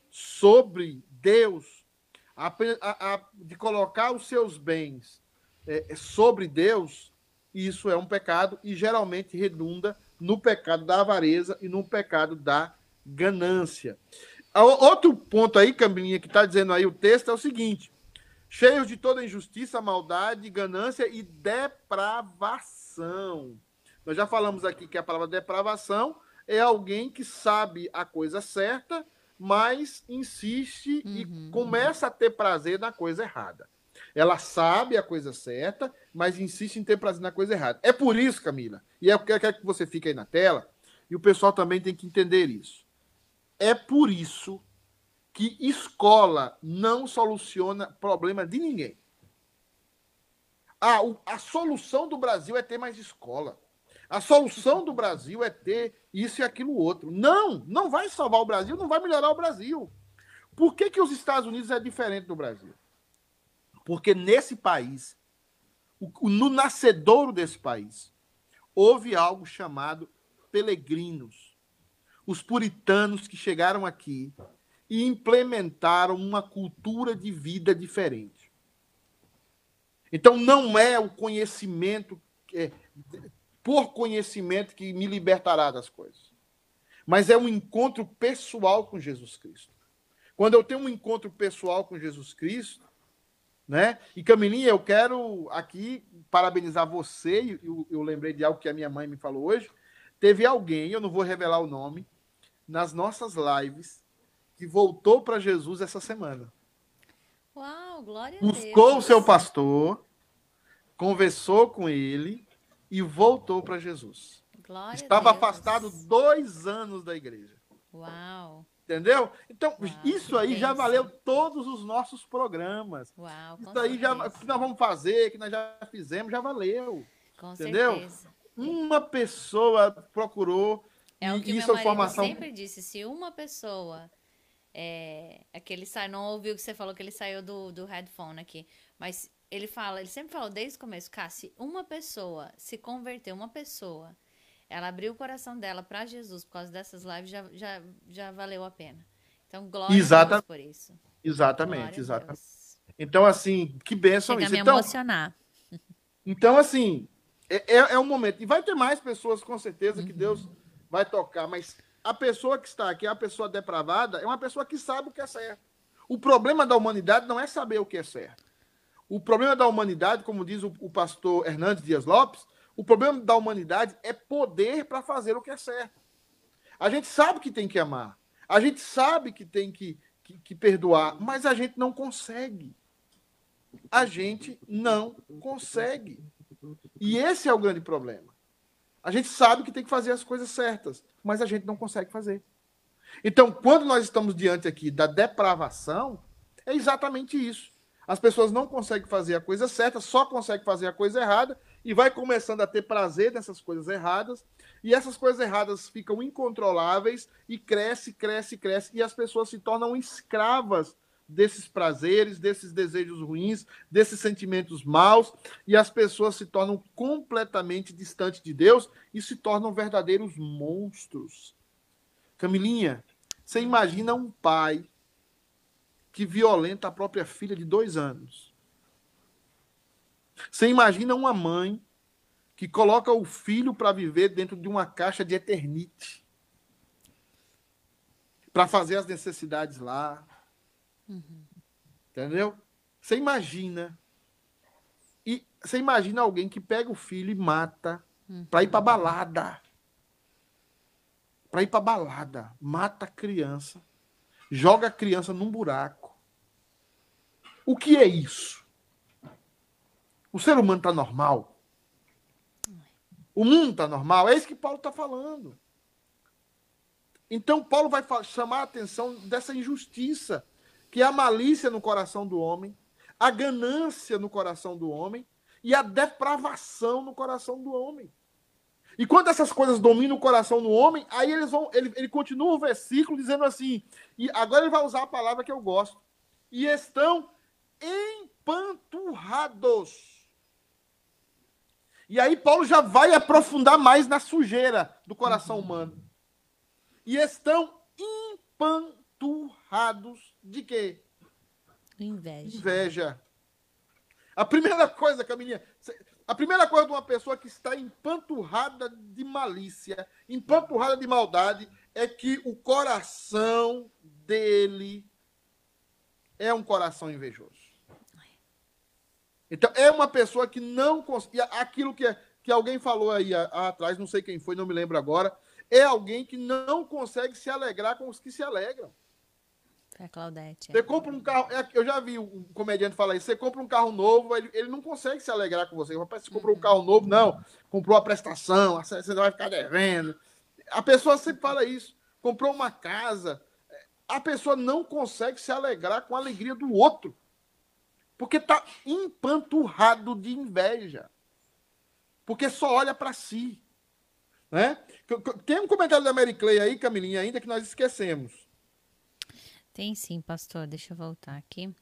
sobre Deus, a, a, a, de colocar os seus bens é, sobre Deus, isso é um pecado e geralmente redunda no pecado da avareza e no pecado da ganância. Outro ponto aí, Camilinha, que está dizendo aí o texto é o seguinte, cheios de toda injustiça, maldade, ganância e depravação. Nós já falamos aqui que a palavra depravação é alguém que sabe a coisa certa, mas insiste e Uhum. começa a ter prazer na coisa errada. Ela sabe a coisa certa, mas insiste em ter prazer na coisa errada. É por isso, Camila, e é o que eu quero que você fique aí na tela, e o pessoal também tem que entender isso. É por isso que escola não soluciona problema de ninguém. Ah, o, a solução do Brasil é ter mais escola. A solução do Brasil é ter isso e aquilo outro. Não, não vai salvar o Brasil, não vai melhorar o Brasil. Por que, que os Estados Unidos é diferente do Brasil? Porque nesse país, o, no nascedouro desse país, houve algo chamado peregrinos. Os puritanos que chegaram aqui e implementaram uma cultura de vida diferente. Então, não é o conhecimento, é, por conhecimento, que me libertará das coisas, mas é um encontro pessoal com Jesus Cristo. Quando eu tenho um encontro pessoal com Jesus Cristo, né? E Camilinha, eu quero aqui parabenizar você, eu, eu lembrei de algo que a minha mãe me falou hoje. Teve alguém, eu não vou revelar o nome, nas nossas lives, que voltou para Jesus essa semana. Uau, glória a Deus. Buscou o seu pastor, conversou com ele e voltou para Jesus. Glória Estava a Deus. afastado dois anos da igreja. Uau. Entendeu? Então, Uau, isso aí já bênção. valeu todos os nossos programas. Uau, com Isso aí já, certeza. que nós vamos fazer, que nós já fizemos, já valeu. Com Entendeu? certeza. Uma pessoa procurou. É e o que isso meu é marido informação. sempre disse. Se uma pessoa... É, aquele sai, não ouviu o que você falou, que ele saiu do, do headphone aqui. Mas ele fala, ele sempre falou desde o começo, cara, se uma pessoa se converter, uma pessoa, ela abriu o coração dela para Jesus por causa dessas lives, já, já, já valeu a pena. Então, glória Exata- a Deus por isso. Exatamente, Glória a exatamente. Deus. Então, assim, que bênção Chega a isso. me Então, emocionar. então, assim, é, é, é um momento. E vai ter mais pessoas, com certeza, que Deus vai tocar. Mas a pessoa que está aqui, a pessoa depravada, é uma pessoa que sabe o que é certo. O problema da humanidade não é saber o que é certo. O problema da humanidade, como diz o, o pastor Hernandes Dias Lopes, o problema da humanidade é poder para fazer o que é certo. A gente sabe que tem que amar. A gente sabe que tem que, que, que perdoar, mas a gente não consegue. A gente não consegue. E esse é o grande problema. A gente sabe que tem que fazer as coisas certas, mas a gente não consegue fazer. Então, quando nós estamos diante aqui da depravação, é exatamente isso. As pessoas não conseguem fazer a coisa certa, só conseguem fazer a coisa errada e vai começando a ter prazer nessas coisas erradas, e essas coisas erradas ficam incontroláveis e cresce, cresce, cresce, e as pessoas se tornam escravas desses prazeres, desses desejos ruins, desses sentimentos maus, e as pessoas se tornam completamente distantes de Deus e se tornam verdadeiros monstros. Camilinha, você imagina um pai que violenta a própria filha de dois anos. Você imagina uma mãe que coloca o filho para viver dentro de uma caixa de Eternite, para fazer as necessidades lá. Uhum. Entendeu? Você imagina. E você imagina alguém que pega o filho e mata Uhum. para ir para balada. Para ir para balada. Mata a criança. Joga a criança num buraco. O que é isso? O ser humano está normal? O mundo está normal? É isso que Paulo está falando. Então, Paulo vai chamar a atenção dessa injustiça, que é a malícia no coração do homem, a ganância no coração do homem e a depravação no coração do homem. E quando essas coisas dominam o coração do homem, aí eles vão, ele, ele continua o versículo dizendo assim, e agora ele vai usar a palavra que eu gosto, e estão empanturrados. E aí Paulo já vai aprofundar mais na sujeira do coração Uhum. humano. E estão empanturrados de quê? Inveja. Inveja. A primeira coisa, Camilinha, a primeira coisa de uma pessoa que está empanturrada de malícia, empanturrada de maldade, é que o coração dele é um coração invejoso. Então, é uma pessoa que não consegue... Aquilo que, que alguém falou aí atrás, não sei quem foi, não me lembro agora, é alguém que não consegue se alegrar com os que se alegram. É a Claudete. É. Você compra um carro... é, Eu já vi um comediante falar isso. Você compra um carro novo, ele, ele não consegue se alegrar com você. Rapaz, você comprou um carro novo. Não, comprou a prestação, você vai ficar devendo. A pessoa sempre fala isso. Comprou uma casa. A pessoa não consegue se alegrar com a alegria do outro. Porque está empanturrado de inveja. Porque só olha para si. Né? Tem um comentário da Mary Clay aí, Camilinha, ainda que nós esquecemos. Tem sim, pastor. Deixa eu voltar aqui.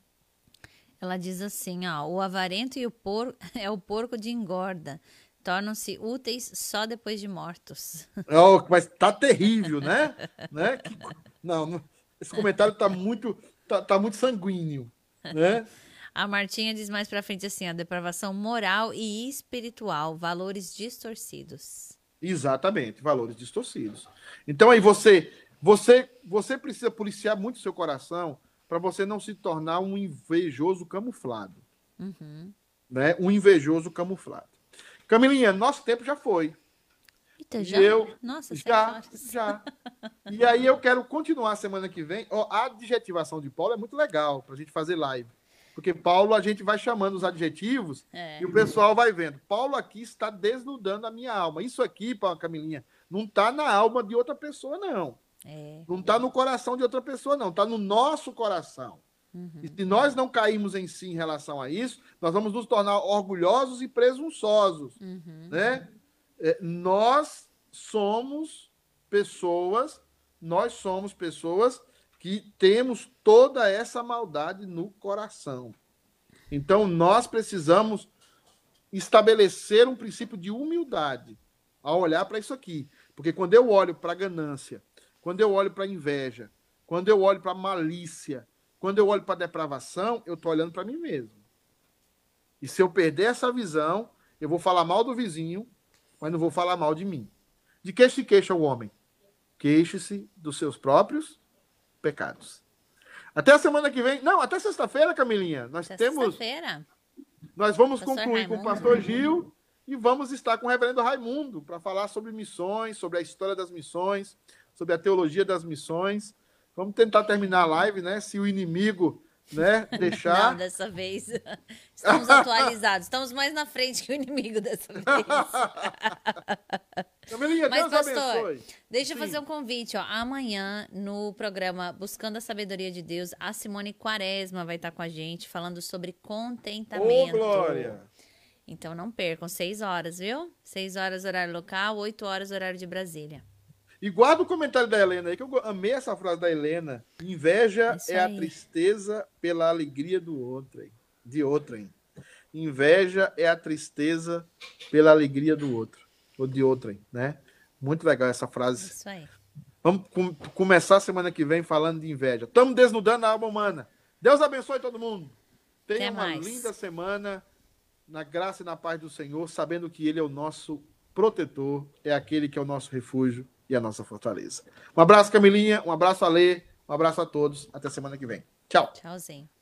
Ela diz assim, ó, o avarento e o porco é o porco de engorda. Tornam-se úteis só depois de mortos. Oh, mas tá terrível, né? né? Que... Não, não, esse comentário tá muito, tá, tá muito sanguíneo, né? A Martinha diz mais pra frente assim, ó, depravação moral e espiritual, valores distorcidos. Exatamente, valores distorcidos. Então aí você, você, você precisa policiar muito o seu coração para você não se tornar um invejoso camuflado, Uhum. né? Um invejoso camuflado. Camilinha, nosso tempo já foi. Eita, E já? eu Nossa, sete já, horas. já. E aí eu quero continuar semana que vem. Ó, a adjetivação de Paulo é muito legal para a gente fazer live. Porque Paulo, a gente vai chamando os adjetivos É. e o pessoal vai vendo. Paulo aqui está desnudando a minha alma. Isso aqui, Camilinha, não está na alma de outra pessoa, não. É. Não está no coração de outra pessoa, não. Está no nosso coração. Uhum. E se nós não cairmos em si em relação a isso, nós vamos nos tornar orgulhosos e presunçosos. Uhum. Né? É, nós somos pessoas, nós somos pessoas que temos toda essa maldade no coração. Então, nós precisamos estabelecer um princípio de humildade ao olhar para isso aqui. Porque quando eu olho para a ganância, quando eu olho para a inveja, quando eu olho para a malícia, quando eu olho para a depravação, eu estou olhando para mim mesmo. E se eu perder essa visão, eu vou falar mal do vizinho, mas não vou falar mal de mim. De que se queixa o homem? Queixe-se dos seus próprios pecados. Até a semana que vem. Não, até sexta-feira, Camilinha. Nós Até temos. sexta-feira. Nós vamos Pastor concluir Raimundo. com o pastor Gil e vamos estar com o reverendo Raimundo para falar sobre missões, sobre a história das missões, sobre a teologia das missões. Vamos tentar terminar a live, né? Se o inimigo, né, deixar. Não, dessa vez estamos atualizados. Estamos mais na frente que o inimigo dessa vez. Camilinha, Mas, Deus pastor, abençoe. deixa eu Sim. fazer um convite. Ó. Amanhã, no programa Buscando a Sabedoria de Deus, a Simone Quaresma vai estar com a gente falando sobre Ô, contentamento. glória! Então não percam, seis horas, viu? Seis horas horário local, oito horas horário de Brasília. E guarda o comentário da Helena aí, que eu amei essa frase da Helena. Inveja Isso é a aí. tristeza pela alegria do outro, de outrem. Inveja é a tristeza pela alegria do outro, ou de outrem, né? Muito legal essa frase. Isso aí. Vamos com- começar semana que vem falando de inveja. Estamos desnudando a alma humana. Deus abençoe todo mundo. Tenha Até uma mais. linda semana, na graça e na paz do Senhor, sabendo que Ele é o nosso protetor, é aquele que é o nosso refúgio e a nossa fortaleza. Um abraço, Camilinha. Um abraço, Alê. Um abraço a todos. Até semana que vem. Tchau. Tchauzinho.